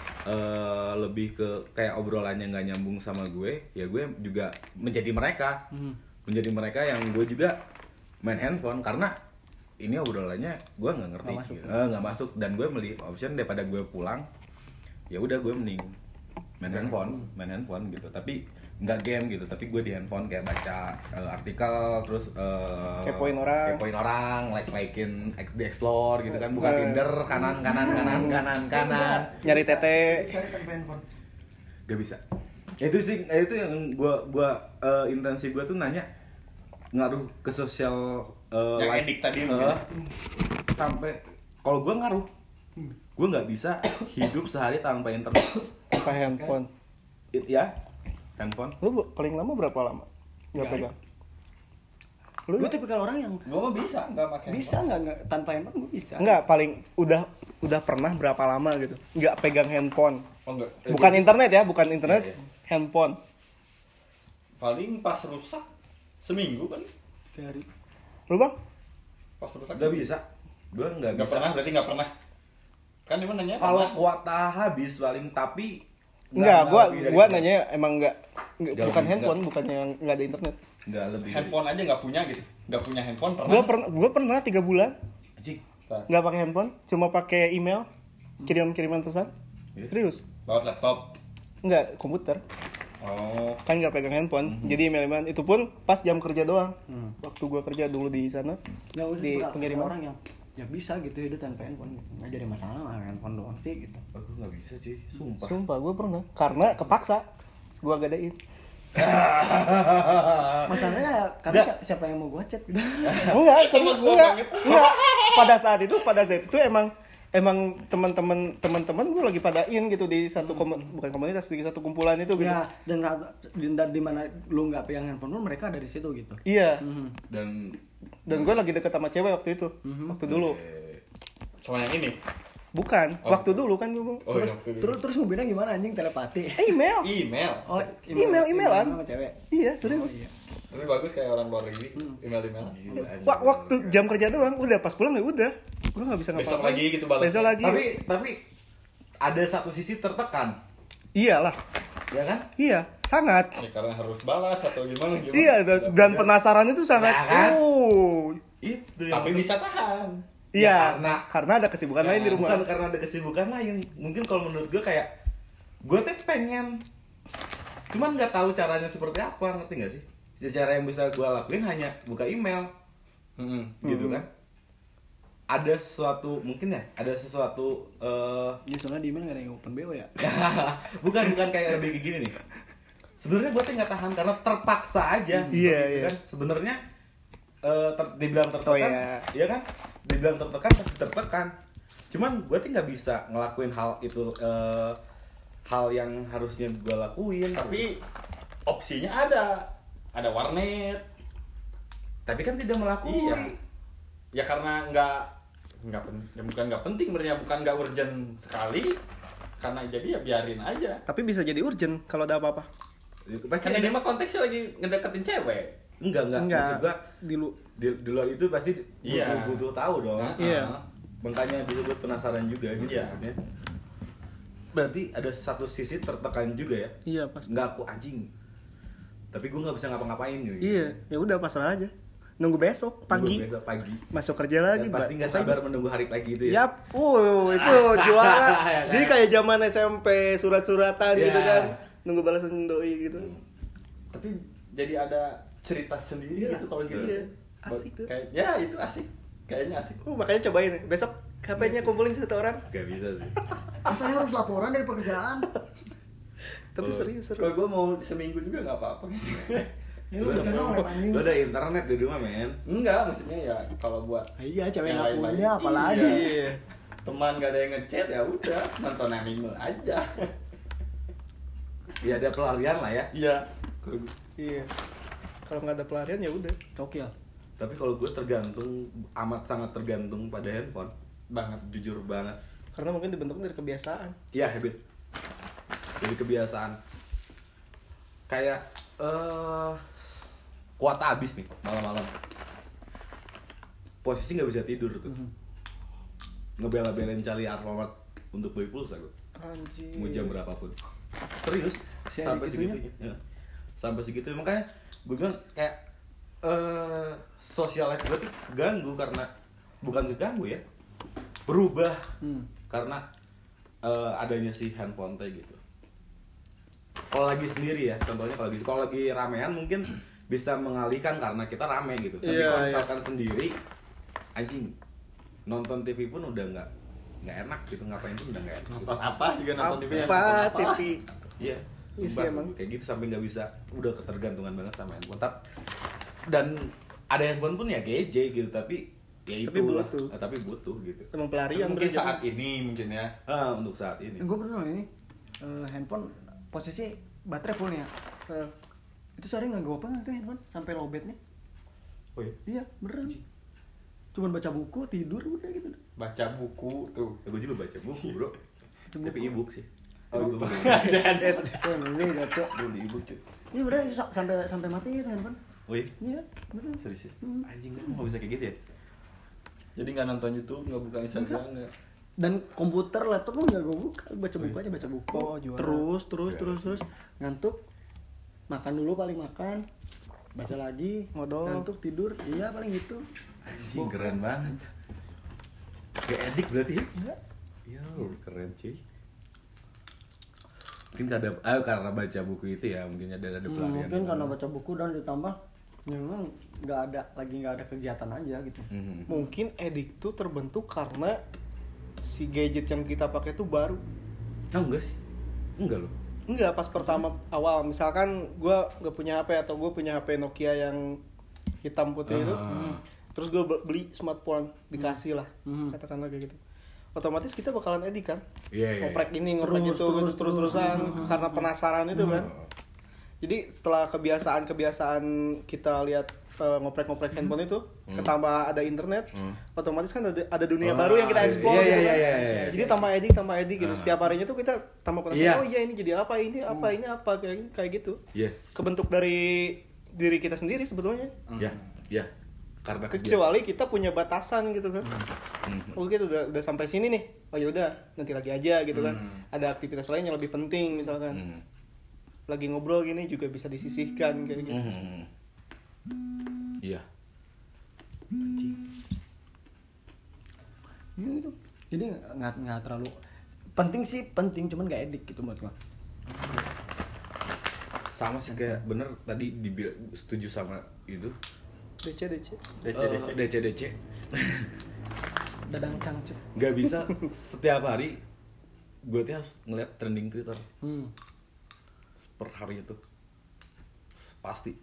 lebih ke kayak obrolannya nggak nyambung sama gue, ya gue juga menjadi mereka yang gue juga main handphone karena ini obrolannya gue nggak ngerti, nggak masuk, dan gue melihat option daripada gue pulang, ya udah gue mending main handphone gitu. Tapi nggak game gitu, tapi gue di handphone kayak baca artikel, terus Kepoin orang, likein di explore gitu kan, buka Tinder kanan nyari tete. gak bisa. Itu sih, itu yang gua intensi gua tuh nanya ngaruh ke sosial Yang life edik tadi mungkin. sampai kalau gua ngaruh, gua nggak bisa hidup sehari tanpa internet. Apa handphone? Ya handphone. Lu paling lama berapa lama? Nggak pegang. Lu Gue tipikal orang yang Gua mah bisa nggak pakai. bisa nggak tanpa handphone gue bisa. enggak, paling udah pernah berapa lama gitu nggak pegang handphone. Oh enggak. Bukan internet ya, bukan internet, Iya. handphone. Paling pas rusak seminggu kan. Dari Lu Bang? Pas rusak. Nggak bisa. Gua nggak Nggak bisa. pernah, berarti nggak pernah. Kan dia nanya. Kalau kuota habis paling, tapi Enggak, lebih dari gua itu. nanya emang enggak Nggak bukan lebih, handphone, bukannya yang enggak ada internet. Nggak lebih. handphone aja nggak punya gitu. Nggak punya handphone pernah. Gua pernah 3 bulan Anjing. nggak pakai handphone, cuma pakai email, kiriman pesan. Iya. Serius? Lewat laptop. Enggak, komputer. Oh. Kan nggak pegang handphone. Jadi email itu pun pas jam kerja doang. Waktu gua kerja dulu di sana. nggak usah Di di pengiriman. orang yang ya bisa gitu hidup tanpa handphone gitu. Nggak jadi masalah lah handphone doang sih gitu. Aku nggak bisa cuy, sumpah. Sumpah gua pernah karena kepaksa gua gadain. Masalahnya karena siapa yang mau gua chat gitu. Enggak, Sama gua enggak, banget. enggak. Pada saat itu emang teman-teman gue lagi padain gitu di satu bukan komunitas, di satu kumpulan itu gitu. Ya, dan di mana lu nggak pegang handphone pun mereka ada di situ gitu. Iya. Dan Dan gue lagi deket sama cewek waktu itu. Waktu dulu. Sama yang ini. Bukan, Oh. waktu dulu kan gue. Oh, iya, waktu dulu. Terus hubungannya gimana anjing telepati? Email. Email. Oh, Email-emailan. sama cewek. Iya, serius. Iya. Tapi bagus kayak orang luar negeri. Email. Waktu jam kerja doang, udah pas pulang ya udah. Gue nggak bisa ngapa-ngapain. Besok lagi gitu balas. Besok lagi. tapi ada satu sisi tertekan, Iyalah. ya kan? Iya, sangat. Ya, karena harus balas atau gimana. Iya, dan penasaran itu sangat. Ya kan? Itu yang Tapi maksud- bisa tahan. Iya, Ya, karena ada kesibukan Ya, lain di rumah. bukan karena ada kesibukan lain. Mungkin kalau menurut gue kayak gue tuh pengen Cuman nggak tahu caranya seperti apa, ngerti nggak sih? Cara yang bisa gue lakuin hanya buka email, gitu kan? Ada sesuatu mungkin ya, ada sesuatu Ya soalnya di email nggak ada yang open BO ya. bukan kayak lebih gini nih. Sebenarnya gue tuh nggak tahan karena terpaksa aja. Iya, gitu iya. Kan? Sebenarnya dibilang tertekan, Oh, iya. ya kan? Dibilang tertekan pasti tertekan. Cuman gue tuh nggak bisa ngelakuin hal itu, hal yang harusnya gue lakuin. Tapi opsinya ada warnet. Tapi kan tidak melakukan. Iya. Ya karena bukan nggak penting sebenarnya, bukan nggak urgent sekali. Karena jadi ya biarin aja. Tapi bisa jadi urgent kalau ada apa-apa. Pasti Karena ada- dia mah konteksnya lagi ngedeketin cewek. enggak. Maksud gua di luar itu pasti Iya. butuh tahu dong. Iya. Makanya disebut penasaran juga gitu Iya. maksudnya. Berarti ada satu sisi tertekan juga ya. Iya pasti. Enggak aku anjing. Tapi gua nggak bisa ngapa-ngapain gitu. Iya, ya udah pasrah aja. Nunggu besok pagi. Nunggu besok pagi. Masuk kerja lagi. Dan pasti nggak sabar menunggu hari pagi itu ya. Yap, itu juara. Ya kan? Jadi kayak zaman SMP surat-suratan Iya. gitu kan, nunggu balasan doi gitu. Tapi jadi ada cerita sendiri Iya, gitu kalau gitu. iya. Asik tuh. Kayak ya itu asik. Kayaknya asik. Makanya cobain besok HP-nya kumpulin satu orang. Gak bisa sih. Saya harus laporan dari pekerjaan. Tapi Oh. serius. Kalau gue mau seminggu juga nggak apa-apa. Ya lu channel anjing. Lu ada internet di rumah men. Enggak, maksudnya ya kalau buat Iya, cewek yang nggak lain-lain. punya apalagi. Iya. Teman gak ada yang ngechat ya udah nonton anime aja. Ya ada pelarian lah ya. Iya. Iya. Kalau nggak ada pelarian ya udah. Cokil. Tapi kalau gue tergantung, amat sangat tergantung pada handphone. Banget. Jujur banget. Karena mungkin dibentuk dari kebiasaan. Iya habit. Jadi kebiasaan. Kayak kuota habis nih malam-malam. Posisi nggak bisa tidur tuh. Ngebela-belain cari Alfamart untuk beli pulsa gue. Anjir. Mau jam berapapun. Serius. Si Sampai adik itunya? segitunya. Ya. Sampai segitu makanya gue bilang kayak social life gue tuh ganggu karena bukan keganggu ya. Berubah karena adanya si handphone teh gitu. Kalau lagi sendiri ya, contohnya kalau lagi ramean mungkin bisa mengalihkan karena kita rame gitu. Tapi Iya, kalau iya. misalkan sendiri, anjing nonton TV pun udah nggak enak gitu, ngapain pun udah nggak enak. Gitu. Nonton apa juga nonton TV ya. Apa Nonton TV? Iya. Iya sih, sumpah, emang. kayak gitu sampai nggak bisa, udah ketergantungan banget sama handphone. Dan ada handphone pun ya GJ gitu, tapi ya itu Tapi butuh. tapi butuh gitu. Emang Tapi pelarian mungkin berarti. saat ini mungkin ya. Untuk saat ini. Gue pernah ini handphone posisi baterai full ya. Nah, Itu sehari nggak gue apa nggak handphone sampai lowbat nih. Oh iya. Iya beneran. Cuman baca buku tidur udah gitu. Baca buku tuh. Ya, gue juga baca buku bro. Tapi e-book sih. Oh, gue buku. Oh nunggu udah tuh. beli e-book cuy. Iya beneran itu sampai mati itu handphone. Oh iya. Iya beneran. Serius ya? Anjing kan nggak bisa kayak gitu ya? Jadi nggak nonton YouTube, nggak buka Instagram, nggak. Dan komputer laptop lu nggak gue buka, baca buku aja baca buku. Oh, juara. Terus ngantuk, makan dulu paling makan, baca lagi, Ngodol. ngantuk tidur, iya paling gitu. Anjing keren banget. Gak edik berarti ya? Enggak. Yo, keren cuy. Mungkin karena baca buku itu ya, mungkin ada pelarian. Mungkin karena baca buku dan ditambah ya memang nggak ada kegiatan aja gitu. Mhm. mungkin edik tuh terbentuk karena si gadget yang kita pakai tuh baru. Oh enggak sih? Enggak loh. Enggak, pas pertama awal misalkan gue nggak punya HP atau gue punya HP Nokia yang hitam putih itu, terus gue beli smartphone dikasih lah, katakanlah kayak gitu. Otomatis kita bakalan edik kan, Iya. ngoprek ini ngoprek itu terus-terusan karena penasaran itu kan. Jadi setelah kebiasaan kita lihat ngoprek-ngoprek handphone itu, ketambah ada internet, otomatis kan ada dunia baru yang kita explore iya, gitu iya, kan. iya, iya. Jadi tambah edik gitu. Setiap harinya tuh kita tambah penasaran. Iya. Oh iya ini jadi apa, ini apa kayak gitu. Iya. Kebentuk dari diri kita sendiri sebetulnya. Ya. Karena Kecuali kita punya batasan gitu kan. Oh gitu udah sampai sini nih. Oh ya udah nanti lagi aja gitu kan. Ada aktivitas lain yang lebih penting misalkan. Lagi ngobrol gini juga bisa disisihkan kayak gitu. Iya. Ya gitu. Jadi nggak terlalu penting sih, penting cuman nggak edik gitu buat gua. Sama sih kayak bener tadi setuju sama itu. DC. DC. Dadang cangcut. Gak bisa setiap hari gue tuh harus ngeliat trending Twitter per hari itu pasti.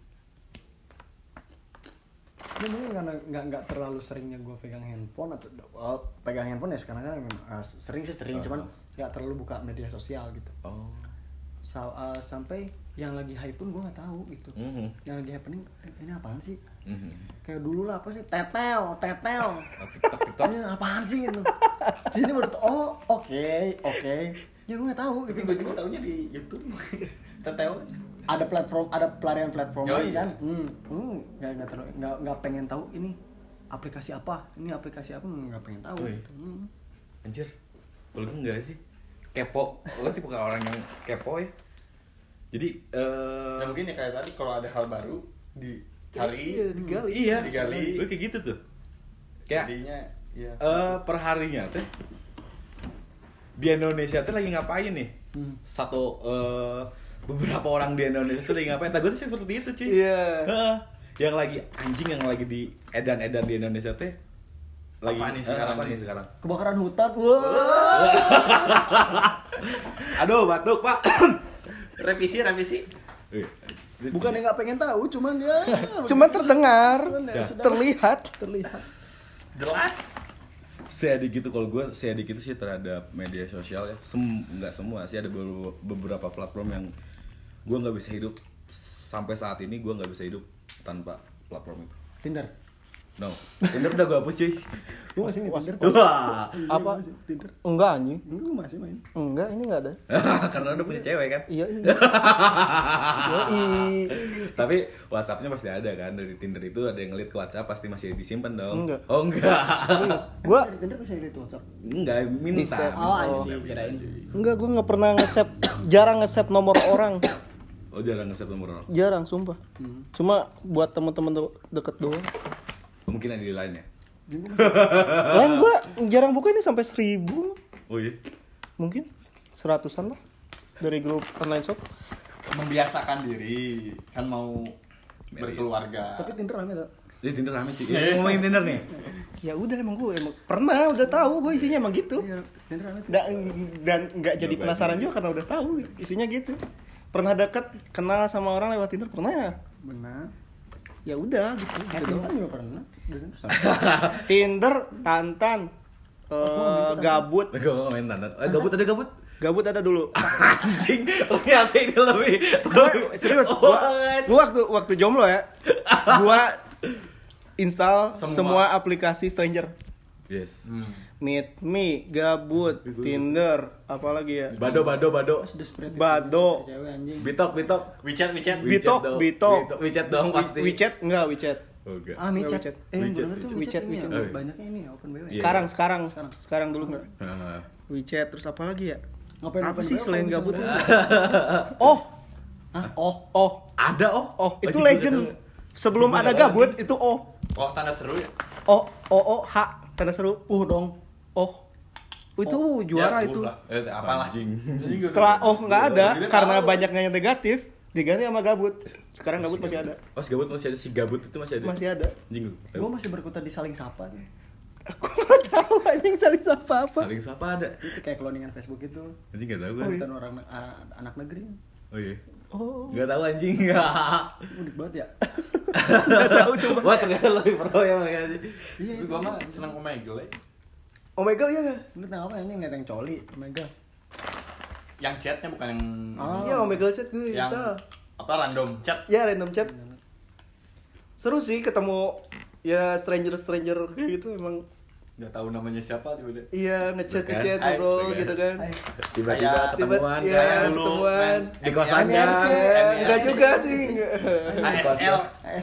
Ini mungkin karena nggak terlalu seringnya gue pegang handphone atau pegang handphone ya sekarang kan sering cuman nggak terlalu buka media sosial gitu. Sampai yang lagi hype pun gue nggak tahu gitu. Yang lagi happening ini apaan sih? Kayak dulu lah apa sih? Tetel. TikTok. Ini apaan sih itu? Sini baru oke. Ya gue nggak tahu gitu. Gue juga taunya di YouTube. Teteo. Ada pelarian platform Oh, lain iya. kan. Nggak pengen tahu ini aplikasi apa nggak pengen tahu. Oh, iya. Gitu. Anjir, kalau gue enggak sih. Kepo, lo tipe orang yang kepo ya. Jadi Ya mungkin ya kayak tadi kalau ada hal baru dicari, digali. Gue kayak gitu tuh. Kayak Jadinya ya. per harinya tuh di Indonesia tuh lagi ngapain nih? Satu beberapa orang di Indonesia tuh lagi ngapain? Gue tuh seperti itu cuy. Iya. Yang lagi anjing yang lagi di edan-edan di Indonesia tuh lagi Apa nih sekarang? apa nih sekarang? Kebakaran hutan. Wah. Aduh, batuk, Pak. Revisi. Bukan yang nggak pengen tahu, cuman ya. Cuma terdengar, ya sudah. terlihat. Jelas. Sedikit gitu kalau gue sedikit sih terhadap media sosial ya. Nggak semua sih, ada beberapa platform yang gue nggak bisa hidup sampai saat ini. Gue nggak bisa hidup tanpa platform itu. Tinder. No, Tinder udah gue hapus cuy. Gue masih main Tinder. Wah, Apa? Masih Tinder. Enggak anjing. Gue masih main. Enggak, ini enggak ada. karena udah punya cewek kan. Iya. Yoi. Tapi WhatsApp-nya pasti ada kan, dari Tinder itu ada yang ngelit ke WhatsApp pasti masih disimpan dong. Enggak. Oh enggak. Gua Dari Tinder bisa edit WhatsApp. Enggak, minta. Di-save. Oh, I see. Kirain. enggak, gua enggak pernah nge-save, jarang nge-save nomor orang. Oh jarang nge-save nomor orang. Jarang, sumpah. Cuma buat teman-teman deket doang. Mungkin ada di lainnya. Lain gua jarang buka ini sampai 1000 Oh iya. mungkin 100-an lah dari grup online shop. Membiasakan diri kan mau berkeluarga. Tapi Tinder rame tuh. Jadi Tinder rame cuy. Ya, ngomongin Tinder nih. Ya udah emang pernah udah tahu gue isinya emang gitu. Iya, Tinder rame tuh. Dan nggak jadi penasaran juga karena udah tahu isinya gitu. Pernah deket kenal sama orang lewat Tinder pernah ya? Benar. Ya udah gitu. Tinder juga pernah. Tinder, Tantan, Gabut. Gue ngomongin Tantan. Gabut ada gabut. Gabut ada dulu. Anjing, ternyata ini lebih. Serius, gua waktu jomblo ya. Gua install semua aplikasi stranger. Yes. Meet Me, Gabut, Tinder, apalagi ya? Bado. Desperate. Bado. Cewek anjing. Bitok. WeChat. Bitok. WeChat dong pasti. WeChat enggak WeChat. Oh, enggak. Ah, WeChat. WeChat. Bener tuh WeChat. WeChat. Oh, iya. Banyaknya ini open BW. Iya. Sekarang dulu enggak. Haha. WeChat terus apa lagi ya? Ngapain Apa open sih BW selain kalau Gabut? misalnya? Oh, Hah? oh, Ada itu Anjing, legend. gua nggak tahu. Sebelum Gua ada nggak tahu, Gabut itu oh. Oh, tanda seru ya? H tanda seru. Dong. Oh. Itu juara itu. Apalah. Anjing. Setelah nggak ada Juga karena tahu. banyaknya yang negatif, diganti sama Gabut. Sekarang Gabut masih ada. Oh, si Gabut masih ada. Si Gabut itu masih ada. Masih ada. Anjing lu. Gue masih berkutat di saling sapa nih. Aku nggak tahu anjing saling sapa apa. Saling sapa ada. Itu kayak cloningan Facebook itu. Anjing enggak tahu gue. Bukan orang anak negeri. Oh iya. Oh. Enggak tahu anjing. Unik banget ya. Nggak tahu coba. Wah, ternyata lebih pro ya makanya. Iya Tapi itu. gua mah seneng Omegle ya. Oh my god ya. Lu tahu apa ini ngeliat yang coli, oh my god. Yang chatnya bukan yang Oh. Iya, Omegle chat gue yang bisa. apa random chat. Ya random chat. Seru sih ketemu ya stranger kayak gitu emang. Nggak tahu namanya siapa tiba deh. Iya ngechat Hai, bro hai. gitu kan. Tiba-tiba Kayak ketemuan Iya, kan. dulu, ketemuan. main Di kosannya. ML. Enggak juga sih. ASL.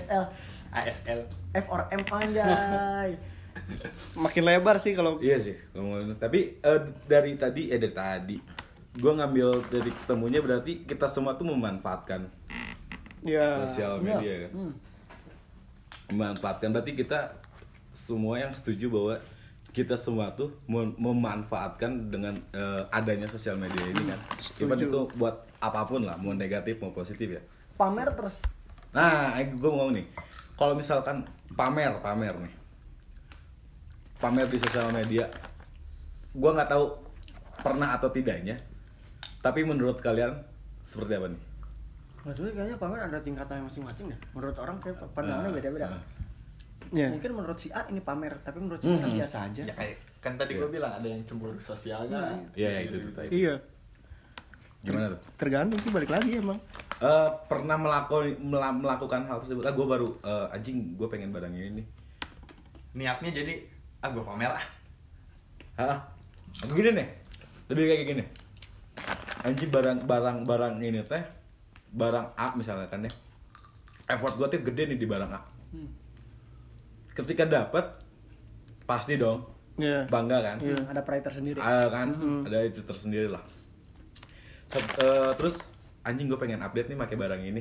ASL. F or M anjay. Makin lebar sih kalau Iya sih, ngomongin. Tapi dari tadi gue ngambil dari ketemunya berarti kita semua tuh memanfaatkan ya sosial media kan. Memanfaatkan berarti kita semua yang setuju bahwa kita semua tuh memanfaatkan dengan adanya sosial media ini kan. Even itu buat apapun lah, mau negatif mau positif ya. pamer terus. Nah, gue mau ngomong nih. Kalau misalkan pamer nih. Pamer di sosial media. Gue nggak tahu pernah atau tidaknya. Tapi menurut kalian seperti apa nih? Maksudnya kayaknya pamer ada tingkatannya masing-masing deh. Menurut orang kayak pandangannya beda-beda. Ya. Mungkin menurut si A ini pamer, tapi menurut si B kan biasa aja. Ya kayak kan tadi gue bilang ada yang cemburu sosialnya. Iya, itu tadi. Iya. Gimana tuh? Tergantung sih, balik lagi emang. Pernah melakukan hal tersebut. Gue baru anjing, gue pengen barang ini nih. Niatnya jadi gue pamer ah. Hah? Gini nih. Lebih kayak gini. Anjing barang ini teh. Barang A misalnya kan ya. Effort gue tuh gede nih di barang A. Ketika dapat pasti dong Iya. bangga kan. Ada pride tersendiri. Kan ada itu tersendiri lah. Terus anjing gue pengen update nih pakai barang ini.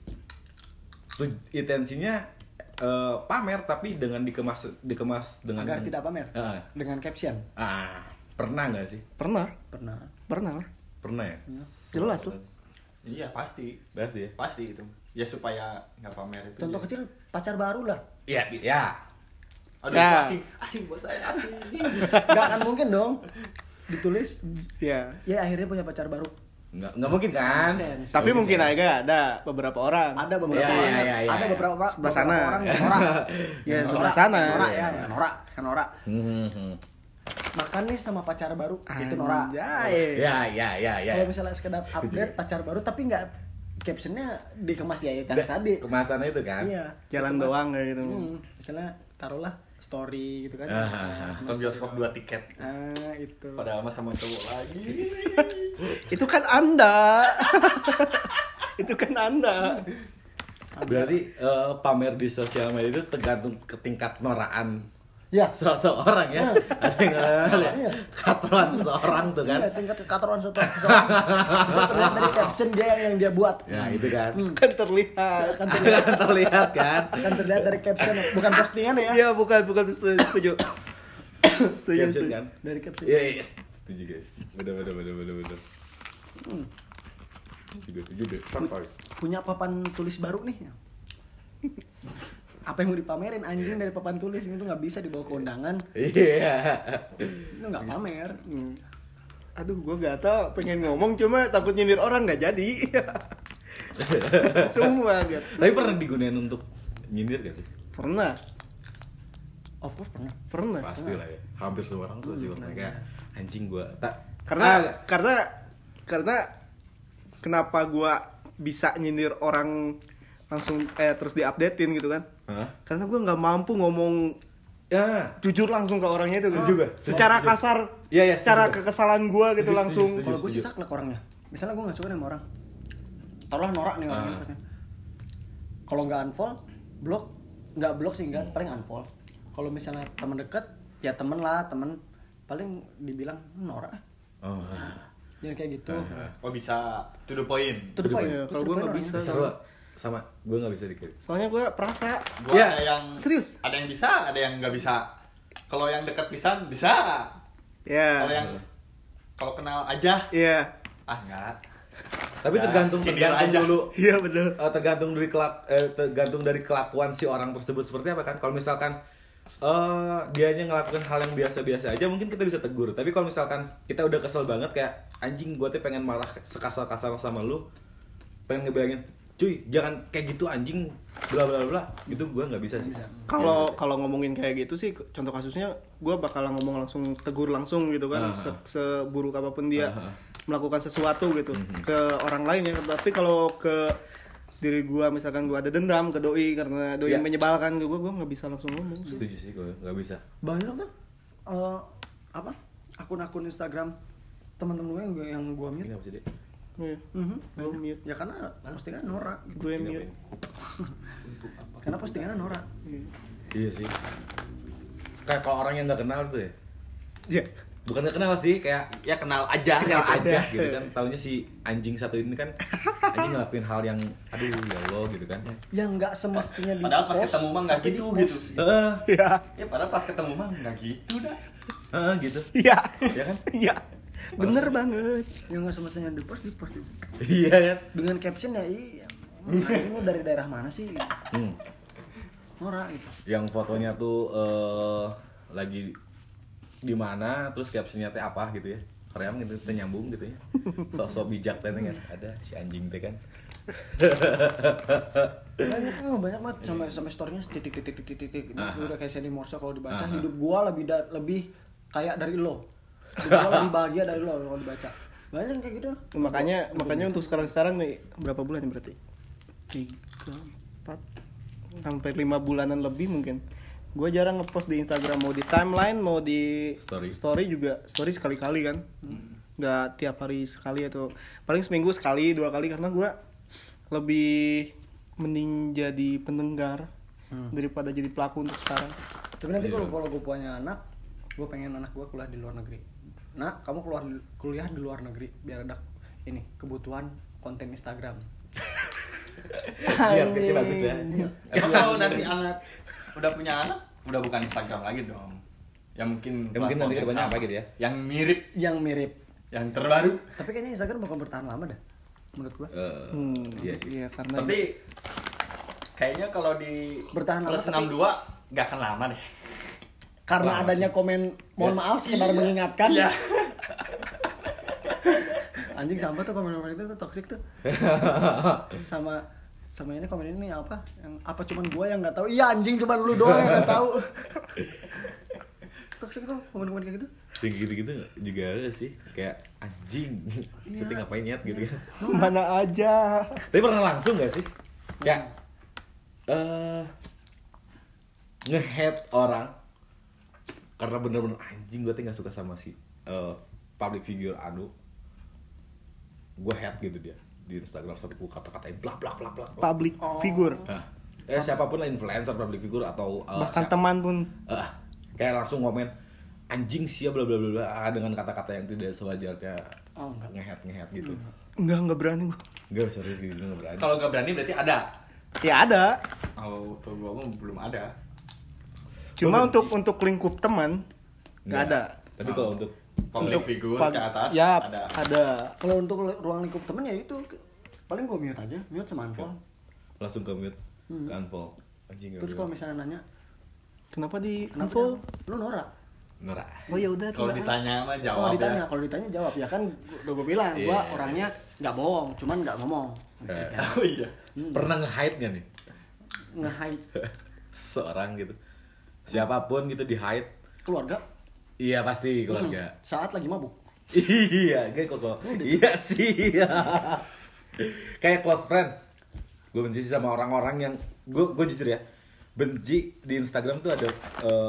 Intensinya pamer tapi dengan dikemas dengan Agar tidak pamer. Ah. Dengan caption. Pernah nggak sih? Pernah lah. Pernah ya? Jelas lah. Iya pasti. Pasti ya? Pasti itu. Ya supaya nggak pamer itu. Contoh ya. kecil pacar baru lah. Iya. Aduh, Ya. asing buat saya asing. Nggak akan mungkin dong ditulis Ya. ya akhirnya punya pacar baru. Nggak mungkin kan? Sense. Tapi mungkin ada beberapa orang. Ada beberapa Iya, orang. iya, iya. Ada beberapa Sebelah sana. orang yang norak. Ya, Yang sebelah norak, sana. Norak Iya, ya, iya. norak. Makan nih sama pacar baru itu norak. Anjay. Ya. Kalau misalnya sekedar update pacar baru tapi nggak captionnya dikemas ya yang tadi. Kemasan itu kan? Iya. Jalan dikemas. doang kayak gitu. Misalnya taruhlah story gitu kan. Nonton bioskop 2 tiket. Itu. Padahal mah sama cowok lagi. Itu kan Anda. Itu kan Anda. Berarti pamer di sosial media itu tergantung ke tingkat noraan Ya. seseorang ya. Ada yang katruan seseorang tuh kan. Iya, tingkat kekatoran seseorang. Bisa terlihat dari caption dia yang dia buat. Ya itu kan. Kan terlihat. Akan terlihat, Terlihat kan. akan terlihat dari caption, bukan postingan ya. Iya, bukan setuju. Setuju. Caption kan. Dari caption. Iya, setuju guys. Bener. Setuju deh. Santai. Punya papan tulis baru nih. Apa yang mau dipamerin anjing dari papan tulis itu nggak bisa dibawa ke undangan. Iya. Itu nggak pamer. Aduh, gue gak tau, pengen ngomong cuma takut nyindir orang gak jadi. Semua gitu. Tapi pernah digunain untuk nyindir gak sih? Pernah. Of course pernah. Pasti lah ya. Hampir semua orang tuh sih pernah kayak anjing gua. Karena kenapa gua bisa nyindir orang langsung terus diupdatein gitu kan? Hah? Karena gua nggak mampu ngomong Ya. jujur langsung ke orangnya itu. Juga. Secara kasar. Iya, secara setuju. kekesalan gua gitu Setuju, langsung. setuju. Kalau gue sih saklek orangnya. Misalnya gue nggak suka sama orang. Taruhlah norak nih orangnya. Kalau nggak unfollow, blok. Nggak blok sih nggak, paling unfollow. Kalau misalnya teman dekat, ya temen lah, temen paling dibilang norak. Oh. Jangan kayak gitu. Oh bisa to the point. To the point. Iya, kalau To the gua point nggak orangnya. bisa. Seru. Sama, gua nggak bisa dikit. Soalnya gua perasa. Gua Ya, ada yang serius? Ada yang bisa, ada yang nggak bisa. Kalau yang dekat pisan bisa. Ya. Kalau kenal aja, Iya. enggak. Tapi Ya, tergantung sindir aja. dulu. Iya betul. Tergantung dari kelakuan si orang tersebut seperti apa kan. Kalau misalkan dianya ngelakuin hal yang biasa-biasa aja mungkin kita bisa tegur. Tapi kalau misalkan kita udah kesel banget kayak anjing gua tuh pengen marah sekasar-kasar sama lu, pengen ngebayangin, cuy jangan kayak gitu anjing bla bla bla, gitu gua nggak bisa sih. Kalau ngomongin kayak gitu sih, contoh kasusnya gue bakalan ngomong langsung, tegur langsung gitu kan, seburuk apapun dia melakukan sesuatu gitu ke orang lain ya. Tapi kalau ke diri gue, misalkan gue ada dendam ke doi karena doi Ya. menyebalkan gue nggak bisa langsung ngomong. Setuju sih gua nggak bisa. Banyak tuh apa akun-akun Instagram teman-teman gue yang gue mute. Ini apa sih Dek? Iya. Gue mute. Ya karena postingan norak gitu. Gue Ini mute. apa ini? Karena postingannya norak. Iya sih. Kayak kalau orang yang nggak kenal tuh ya. Iya. Bukan nggak kenal sih, kayak Ya kenal aja. kenal gitu. aja gitu kan. Taunya si anjing satu ini kan anjing ngelakuin hal yang aduh ya Allah gitu kan. Yang nggak semestinya di Padahal pas post, ketemu mah nggak tapi gitu di-post. gitu. Iya. Ya padahal pas ketemu mah nggak gitu dah. Gitu. Iya. Ya kan? Iya. Bener banget. Yang nggak semestinya di post itu. Iya kan? Dengan caption ya iya Anjing lu dari daerah mana sih? Hmm. Norak gitu. Yang fotonya tuh lagi di mana, terus captionnya teh apa gitu ya. Kaream gitu teh nyambung gitu ya. Sok-sok bijak teh kan ada si anjing teh kan. Banyak banget sampai story-nya titik. Aha. Udah kayak Sandy Morse kalau dibaca Aha. hidup gua lebih kayak dari lo. Hidup gua lebih bahagia dari lo kalau dibaca. Banyak yang kayak gitu. Makanya untuk sekarang nih berapa bulan ya berarti? 3, 4 sampai 5 bulanan lebih mungkin. Gue jarang ngepost di Instagram, mau di timeline mau di story juga, story sekali-kali kan. Nggak tiap hari sekali atau paling seminggu sekali 2 kali, karena gue lebih mending jadi pendengar daripada jadi pelaku untuk sekarang. Tapi nanti kalau gue punya anak, gue pengen anak gue kuliah di luar negeri. Nah, kamu kuliah di luar negeri biar ada ini kebutuhan konten Instagram. Biar kayaknya bagus ya. Emang kalau nanti anak udah punya anak, udah bukan Instagram lagi dong. Yang mungkin Mungkin nanti platform kedepannya yang apa sama. gitu ya? Yang mirip, Yang mirip. yang terbaru. Tapi kayaknya Instagram bakal bertahan lama dah. Menurut gue. Iya sih. Iya, karena Tapi kayaknya kalau di Bertahan lama, plus tapi- 62 nggak akan lama deh. Karena Lama adanya sih. komen mohon Ya. maaf sekedar mengingatkan. Iya. Anjing sampah tuh komen-komen itu tuh toksik tuh. sama ini komen ini apa? Yang apa cuman gua yang nggak tahu? Iya anjing cuman lu doang yang nggak tahu. Toksik tuh komen-komen kayak gitu. Yang gitu-gitu juga ada sih. Kayak anjing. Kita ngapain niat gitu kan. mana aja. Tapi pernah langsung gak sih? Kayak nge-hate orang karena bener-bener anjing gue tuh gak suka sama si public figure anu. Gue hate gitu dia di Instagram sampai gue kata-katain bla bla bla bla. Public figure, Nah, siapapun lah influencer, public figure atau bahkan teman pun. kayak langsung komen anjing sia bla bla bla bla dengan kata-kata yang tidak sewajarnya. Oh, enggak. Nge-hate gitu. Enggak berani gue. Enggak serius gitu enggak berani. Kalau nggak berani berarti ada. Ya ada. Kalau tuh gua belum ada. Cuma Oh, untuk lingkup teman nggak ada. Tapi kalau untuk Public figure pag- ke atas ya, ada. Kalau untuk ruang lingkup temen ya itu paling gua mute aja, mute sama unfollow. langsung ke mute, ke unfollow. Anjing. Terus kalau misalnya nanya, Kenapa di kenapa unfollow? lu norak? norak. Oh ya udah. Kalau tenang. ditanya mah jawab Kalau ditanya jawab ya kan udah gue bilang Iya. gua orangnya nggak bohong, cuman nggak ngomong. ya. Oh iya. Pernah nge-hide gak nih? Nge-hide Seorang gitu. Siapapun gitu di-hide. keluarga. Iya pasti keluarga. Saat lagi mabuk. Iya, kayak kok. Iya sih. Kayak close friend. Gue benci sih sama orang-orang yang gue jujur ya. Benci di Instagram tuh ada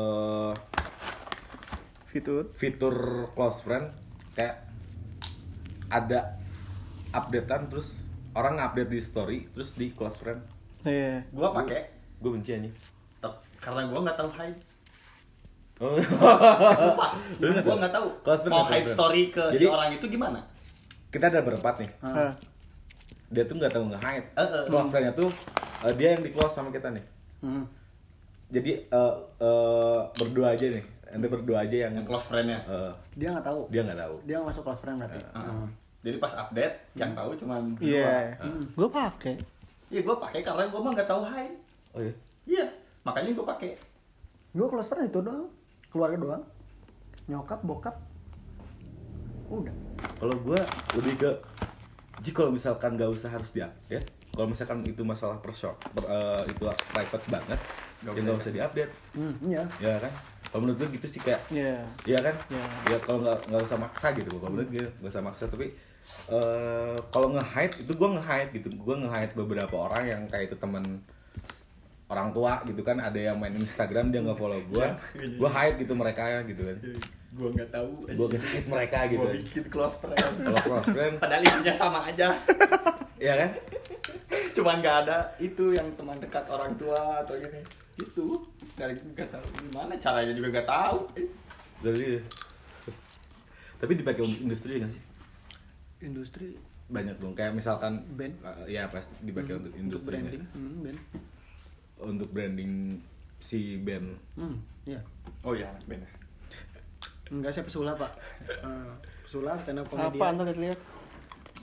fitur close friend kayak ada updatean terus orang update di story terus di close friend. Iya. Gua pakai Gue benci anjing. karena gua nggak tahu hide. Oh. Gua nggak tahu Close friend, mau close hide friend. story ke Jadi, si orang itu gimana. kita ada berempat nih. Hah. Dia tuh nggak tahu nge-hide. Heeh. Close friend-nya tuh dia yang di close sama kita nih. Hmm. Jadi berdua aja nih. Ente berdua aja yang Yang close friend-nya. Dia nggak tahu. dia nggak tahu. Dia nggak masuk close friend berarti. Jadi pas update yang tahu cuman Iya. berdua. Gue pakai. Iya gua pakai karena gua mah nggak tahu hide. Oh iya. Iya, makanya gua pakai. Gue close friend itu doang, keluarga doang, nyokap, bokap, udah. Kalau gue lebih ke jadi kalau misalkan nggak usah harus di-update. Kalau misalkan itu masalah itu private banget, ya nggak usah di-update. Iya. Ya kan? Kalau menurut gue gitu sih kayak Iya. iya kan? Iya. Ya kalau nggak usah maksa gitu. Kalau menurut gue nggak usah maksa. Tapi kalau nge-hide itu gue nge-hide gitu. Gue nge-hide beberapa orang yang kayak itu teman orang tua gitu kan. Ada yang main Instagram dia nggak follow gue. Gue hide gitu mereka gitu kan. Gua nggak tahu. Gue nge-hide mereka gitu. Gua bikin close friend. Kalau close friend, Padahal isinya sama aja. ya kan? Cuman nggak ada itu yang teman dekat orang tua atau gini. Itu dari nggak tahu gimana caranya juga nggak tahu. Dari tapi dipakai untuk industri nggak sih? Industri Banyak dong. Kayak misalkan Band. ya pasti dipakai untuk untuk industri. branding. Band. Untuk branding si band. Iya. Oh iya, benar. Enggak, saya pesulap, Pak. Pesulap stand up comedy. Apa anda lihat?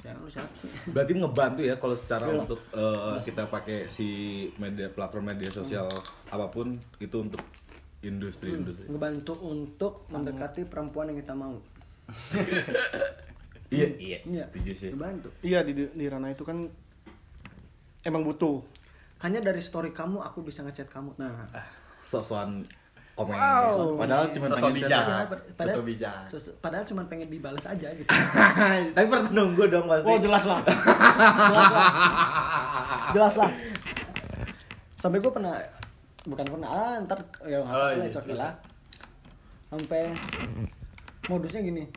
Ya lu siapa sih? Berarti ngebantu ya kalau secara untuk kita pakai si platform media sosial apapun itu untuk industri. Ngebantu untuk mendekati perempuan yang kita mau. Iya. Iya. Setuju sih. Ngebantu. Iya di ranah itu kan emang butuh. Hanya dari story kamu aku bisa ngechat kamu. Nah, Sok-sokan komen. Wow. Padahal cuma Sosok pengen bijak. Ya, Sosok bijak. padahal cuma pengen dibalas aja gitu. Tapi pernah nunggu dong pasti. Oh jelas lah. Jelas lah. Sampai gue pernah, bukan pernah, ntar ya nggak apa-apa lah, coki lah. Sampai modusnya gini,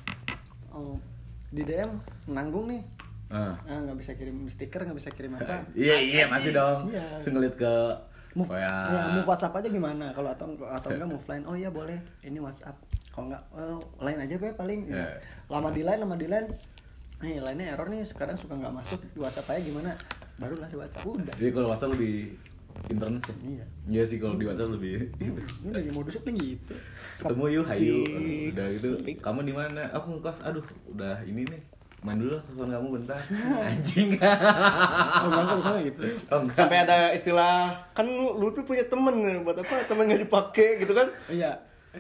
di DM nanggung nih, nggak bisa kirim stiker, nggak bisa kirim apa. Iya masih dong. Iya. Sengelit ke Move, ya. ya, move WhatsApp aja gimana? Kalau atau enggak move line, oh iya boleh, ini WhatsApp. Kalau enggak, line aja gue paling. Yeah. Lama di line. Nih line-nya error nih, sekarang suka nggak masuk. Di WhatsApp aja gimana? Barulah di WhatsApp udah. Jadi kalau WhatsApp lebih internet sih. Iya. Iya sih kalau di WhatsApp lebih gitu. Ini lagi modusnya tuh gitu. Ketemu yuk, hayu. Udah gitu. Kamu di mana? Aku ngekos. Aduh, udah ini nih. Main dulu lah kesukaan kamu bentar. Anjing. Oh enggak misalnya gitu. Oh, enggak. Sampai ada istilah kan lu tuh punya temen, buat apa temen nggak dipakai gitu kan? Iya.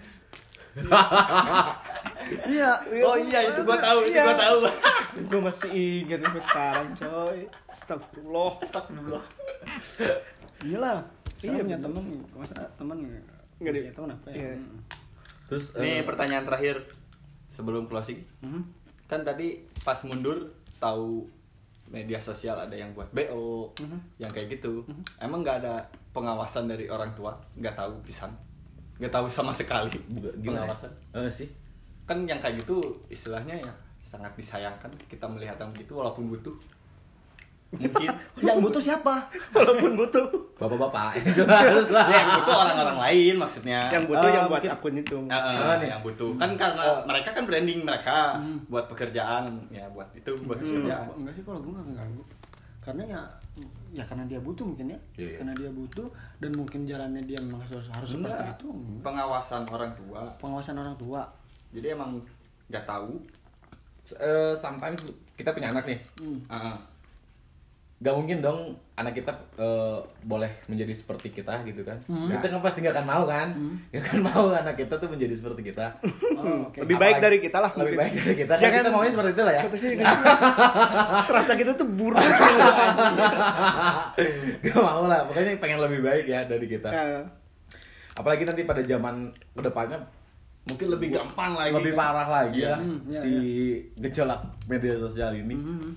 Iya. Oh iya itu gua tahu, itu gua tahu. Gue masih ingat sampai sekarang, coy. Astagfirullah. Iyalah. Iya, Iya punya bener. temen, masa temen Nggak di- punya temen apa ya? Iya. Terus Nih pertanyaan terakhir sebelum closing. Kan tadi pas mundur tahu media sosial ada yang buat BO, yang kayak gitu. Emang nggak ada pengawasan dari orang tua? Nggak tahu pisan? Nggak tahu sama sekali pengawasan? sih. Kan yang kayak gitu istilahnya ya sangat disayangkan kita melihat yang begitu walaupun butuh. Mungkin Yang butuh siapa? Walaupun butuh. Bapak-bapak itu harus lah. yang butuh orang-orang lain maksudnya. Yang butuh yang buat mungkin- akun itu. Yang butuh kan karena mereka kan branding mereka buat pekerjaan ya buat itu buat pekerjaan. Enggak sih kalau gue nggak ngeganggu. Karena ya karena dia butuh mungkin ya. Iya. Karena dia butuh dan mungkin jalannya dia memang harus seperti Enggak. itu. Pengawasan orang tua. Pengawasan orang tua. Jadi emang nggak tahu. Sometimes kita punya anak nih. Heeh. Gak mungkin dong anak kita boleh menjadi seperti kita gitu kan. Kita kan pasti gak akan mau kan. Gak akan mau anak kita tuh menjadi seperti kita. Oh, oke. Lebih baik dari kita lah. Lebih mungkin. baik dari kita. Kan Jangan- kita maunya seperti itu lah ya. Kata sih, terasa kita tuh buruk. Gak mau lah. Pokoknya pengen lebih baik ya dari kita. Ya. Apalagi nanti pada zaman kedepannya Mungkin lebih gampang lagi. lebih kan? parah lagi ya Iya, si gejolak media sosial ini.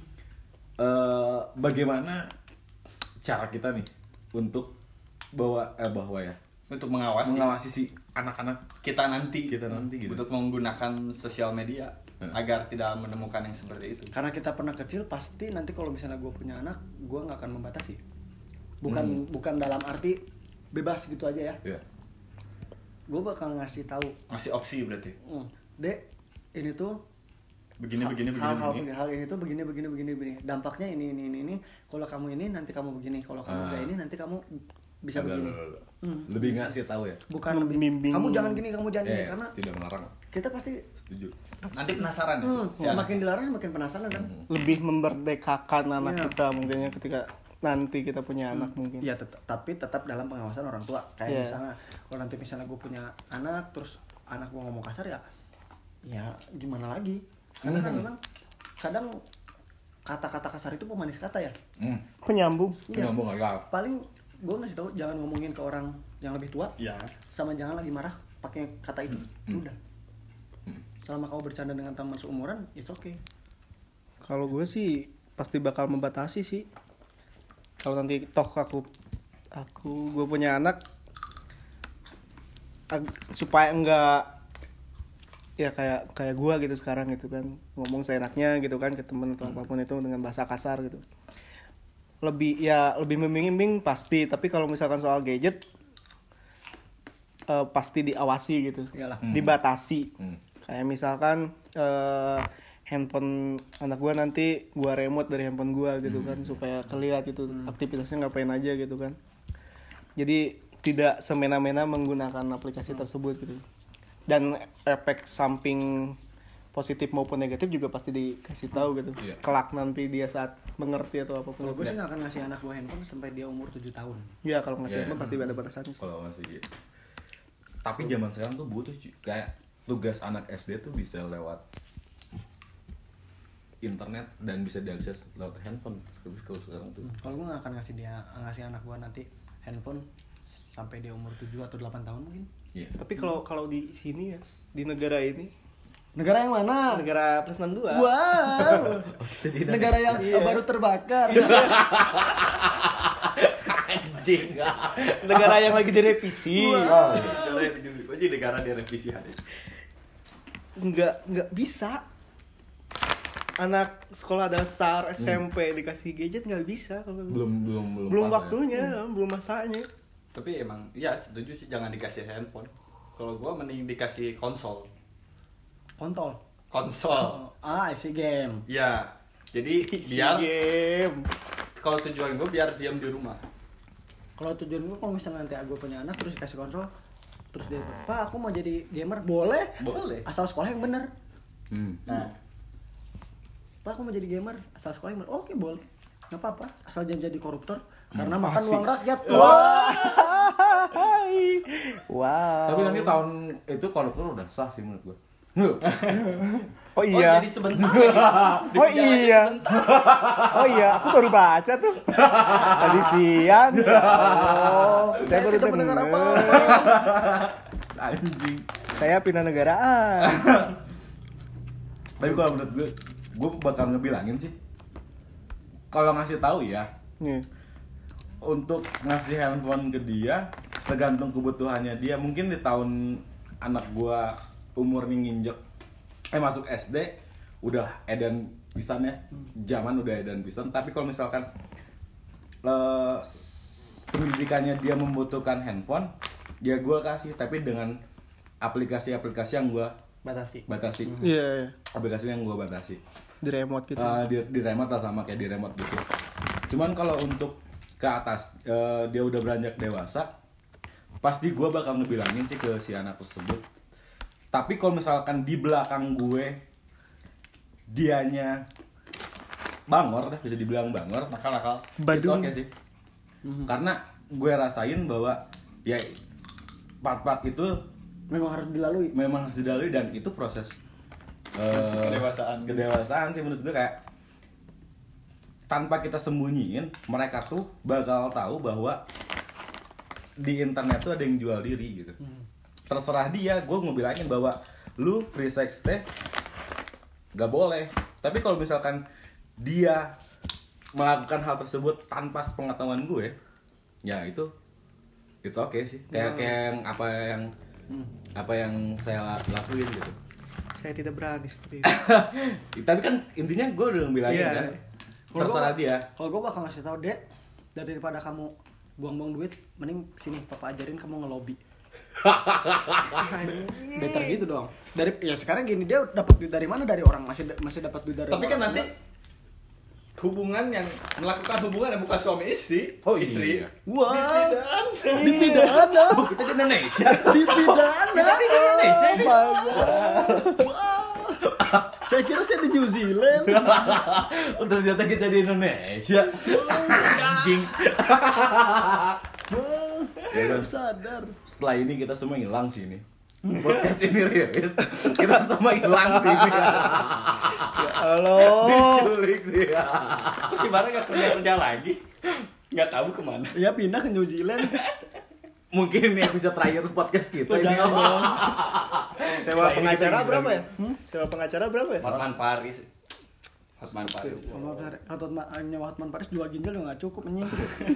Bagaimana cara kita nih untuk bahwa ya Untuk mengawasi si anak-anak kita nanti gitu. untuk menggunakan sosial media agar tidak menemukan yang seperti itu. Karena kita pernah kecil pasti nanti kalau misalnya gue punya anak, gue nggak akan membatasi. Bukan dalam arti bebas gitu aja ya. Ya. Gue bakal ngasih tahu, Masih opsi berarti. Dek, ini tuh Begini. hal ini tuh begini. Dampaknya ini. Kalau kamu ini nanti kamu begini. Kalau kamu kayak ini nanti kamu bisa begini. Lebih ngasih tahu ya. Bukan lebih. Membimbing. Kamu jangan gini Ya, karena tidak melarang. kita pasti Setuju. Nanti penasaran ya. semakin dilarang semakin penasaran kan. Lebih memerdekakan anak Iya. kita mungkinnya ketika nanti kita punya anak mungkin. Iya, tapi tetap dalam pengawasan orang tua. Kayak Iya. misalnya kalau nanti misalnya gue punya anak terus anak gue ngomong kasar ya gimana lagi? Karena kan memang kadang kata-kata kasar itu pemanis kata ya. Kok nyambung? Iya. Nyambung agak. Paling gue ngasih tahu jangan ngomongin ke orang yang lebih tua, Ya. sama jangan lagi marah pakai kata itu. Udah. Selama kamu bercanda dengan teman seumuran, it's okay. Kalau gue sih pasti bakal membatasi sih. Kalau nanti toh gue punya anak supaya enggak ya kayak gue gitu sekarang gitu kan, ngomong seenaknya gitu kan ke temen atau apapun itu dengan bahasa kasar gitu. Lebih membimbing pasti, tapi kalau misalkan soal gadget pasti diawasi gitu. Iyalah. Dibatasi. Kayak misalkan handphone anak gua nanti gua remote dari handphone gua gitu kan, supaya kelihatan itu aktivitasnya ngapain aja gitu kan. Jadi tidak semena-mena menggunakan aplikasi tersebut gitu. Dan efek samping positif maupun negatif juga pasti dikasih tahu gitu. Iya. Kelak nanti dia saat mengerti atau apapun. Kalau gue sih nggak akan ngasih anak gue handphone sampai dia umur 7 tahun. Iya, kalau ngasih Iya. handphone pasti ada batasannya sih. Kalau masih gitu. Tapi zaman sekarang tuh butuh kayak tugas anak SD tuh bisa lewat internet dan bisa diakses lewat handphone kalau sekarang tuh. Kalau gue nggak akan ngasih anak gue nanti handphone sampai dia umur 7 atau 8 tahun mungkin. Iya. Tapi kalau di sini ya, di negara ini, Negara yang mana? negara plus 62. Wow. Negara yang Iya. baru terbakar. Anjing. Negara yang lagi direvisi. Oh, jadi negara direvisi hari. Nggak bisa. Anak sekolah dasar, SMP dikasih gadget nggak bisa kalau belum pas waktunya, belum masanya. Tapi emang ya setuju sih jangan dikasih handphone. Kalau gua mending dikasih konsol. Kontol. Konsol. Isi game. Ya. Jadi Isi biar game. kalau tujuan gua biar diam di rumah. Kalau tujuan gue kalau misalnya nanti gue punya anak terus kasih konsol, terus dia, "Pak, aku mau jadi gamer." Boleh. Boleh. Asal sekolah yang bener. Nah, "Pak, aku mau jadi gamer." Asal sekolah yang bener. Oke, boleh. Nggak apa-apa. Asal jangan jadi koruptor. Karena makan Asik. uang rakyat. Wow. Tapi nanti tahun itu koruptor udah sah sih menurut gua. Oh oh, iya. jadi sebentar. Oh iya. Oh iya, aku baru baca tuh. Tadi siang. Oh, saya baru tidak mendengar dengar. apa-apa. Anjing. Saya pindah negaraan. Tapi kalau menurut gue bakal ngebilangin sih. Kalau ngasih tahu ya, Nih. untuk ngasih handphone ke dia tergantung kebutuhannya dia. Mungkin di tahun anak gua umurnya nginjek masuk SD udah edan pisan ya, zaman udah edan pisan. Tapi kalau misalkan pendidikannya dia membutuhkan handphone, ya gua kasih, tapi dengan aplikasi-aplikasi yang gua Batasi. batasi. Iya, Aplikasi yang gua batasi. di remote gitu. Di remote lah, sama kayak di remote gitu. Cuman kalau untuk ke atas dia udah beranjak dewasa, pasti gue bakal ngebilangin sih ke si anak tersebut. Tapi kalau misalkan di belakang gue dianya bangor, bisa dibilang bangor, Nakal-nakal. it's Badung. okay sih. Karena gue rasain bahwa ya part-part itu Memang harus dilalui. dan itu proses Kedewasaan sih menurut gue. Kayak tanpa kita sembunyiin, mereka tuh bakal tahu bahwa di internet tuh ada yang jual diri gitu. Terserah dia, gue mau bilangin bahwa lu free sex teh gak boleh. Tapi kalau misalkan dia melakukan hal tersebut tanpa pengetahuan gue, ya itu it's okay sih. Kayak yang apa yang saya lakuin gitu. Saya tidak berani seperti itu. Tapi kan intinya gue udah bilangin Iya. kan. Kalau Terserah dia. Kalau gue bakal ngasih tahu, "Dek, daripada kamu buang-buang duit, mending sini papa ajarin kamu ngelobi." Better gitu dong. Ya sekarang gini, dia dapat duit dari mana? Dari orang, masih dapat duit dari Tapi kan orang nanti hubungan yang melakukan hubungan yang bukan suami istri, Oh, istri. iya. Wah, Dipidana. dipidana. Oh, kita di Indonesia. Dipidana. Kita di Indonesia ini. Saya kira saya di New Zealand. Oh, ternyata kita di Indonesia. Anjing. Ya, Baru sadar. setelah ini kita semua hilang sih ini. Podcast ini rilis, kita semua hilang sih ini. Halo. Diculik sih. Terus si Bara gak kerja lagi, nggak tahu kemana. Ya pindah ke New Zealand. Mungkin ini episode terakhir podcast kita ini. Jangan dong. Sewa pengacara berapa ya? Sewa pengacara berapa ya? Hotman Paris. Hotman Paris. Nyawa Hotman Paris 2 ginjal udah gak cukup anjing.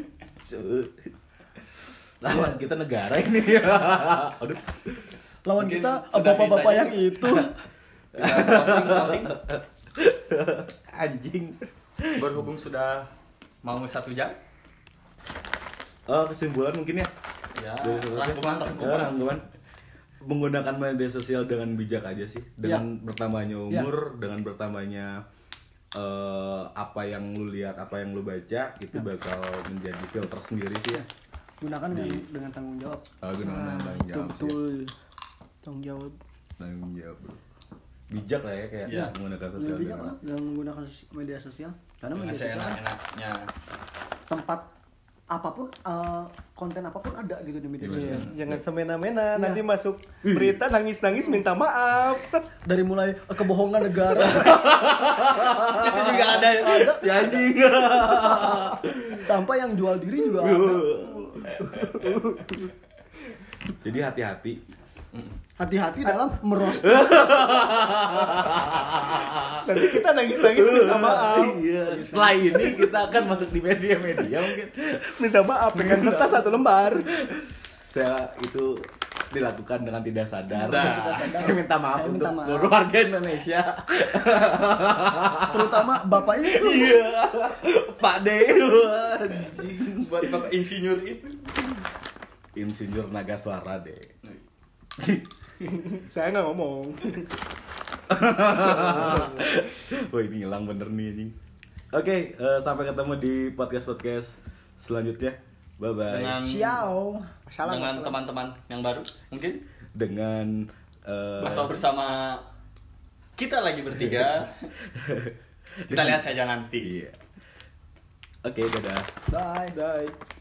Lawan kita negara ini. Aduh. Lawan Mungkin kita sudah bapak-bapak bisa yang itu. Closing. Anjing. Berhubung sudah mau 1 jam. Kesimpulan mungkin ya. Ya, Rangkuman. Menggunakan media sosial dengan bijak aja sih. Dengan bertambahnya umur, dengan bertambahnya apa yang lu lihat, apa yang lu baca, itu bakal menjadi filter sendiri sih ya. Gunakan dengan tanggung jawab. Gunakan tanggung jawab. Betul. Tanggung jawab. Tanggung jawab, bro. bijak lah ya kayak Iya. menggunakan sosial Bijak media. lah dalam menggunakan media sosial karena Dengan media sosial kan seenak-enaknya. tempat apapun konten apapun ada gitu di media sosial. Jangan semena-mena, nanti masuk berita nangis-nangis minta maaf. Dari mulai kebohongan negara Itu juga ada Si anjing. sampai yang jual diri juga ada. Jadi hati-hati. Hati-hati dalam merost. Nanti kita nangis-nangis minta maaf. Iya. Setelah ini kita akan masuk di media-media mungkin. Minta maaf dengan kertas 1 lembar. Saya itu dilakukan dengan tidak sadar. Nah, Saya minta maaf Saya untuk minta maaf. seluruh warga Indonesia. Terutama bapak itu. Iya. Pak De. Anjing. buat bapak insinyur itu. Insinyur Nagaswara deh. Saya nggak ngomong. Wah ini hilang bener nih anjing. Oke, sampai ketemu di podcast selanjutnya. Bye bye. Dengan Ciao. dengan teman-teman yang baru mungkin Dengan atau bersama kita lagi bertiga. Kita lihat saja nanti. Iya. Oke, dadah. Bye. Bye.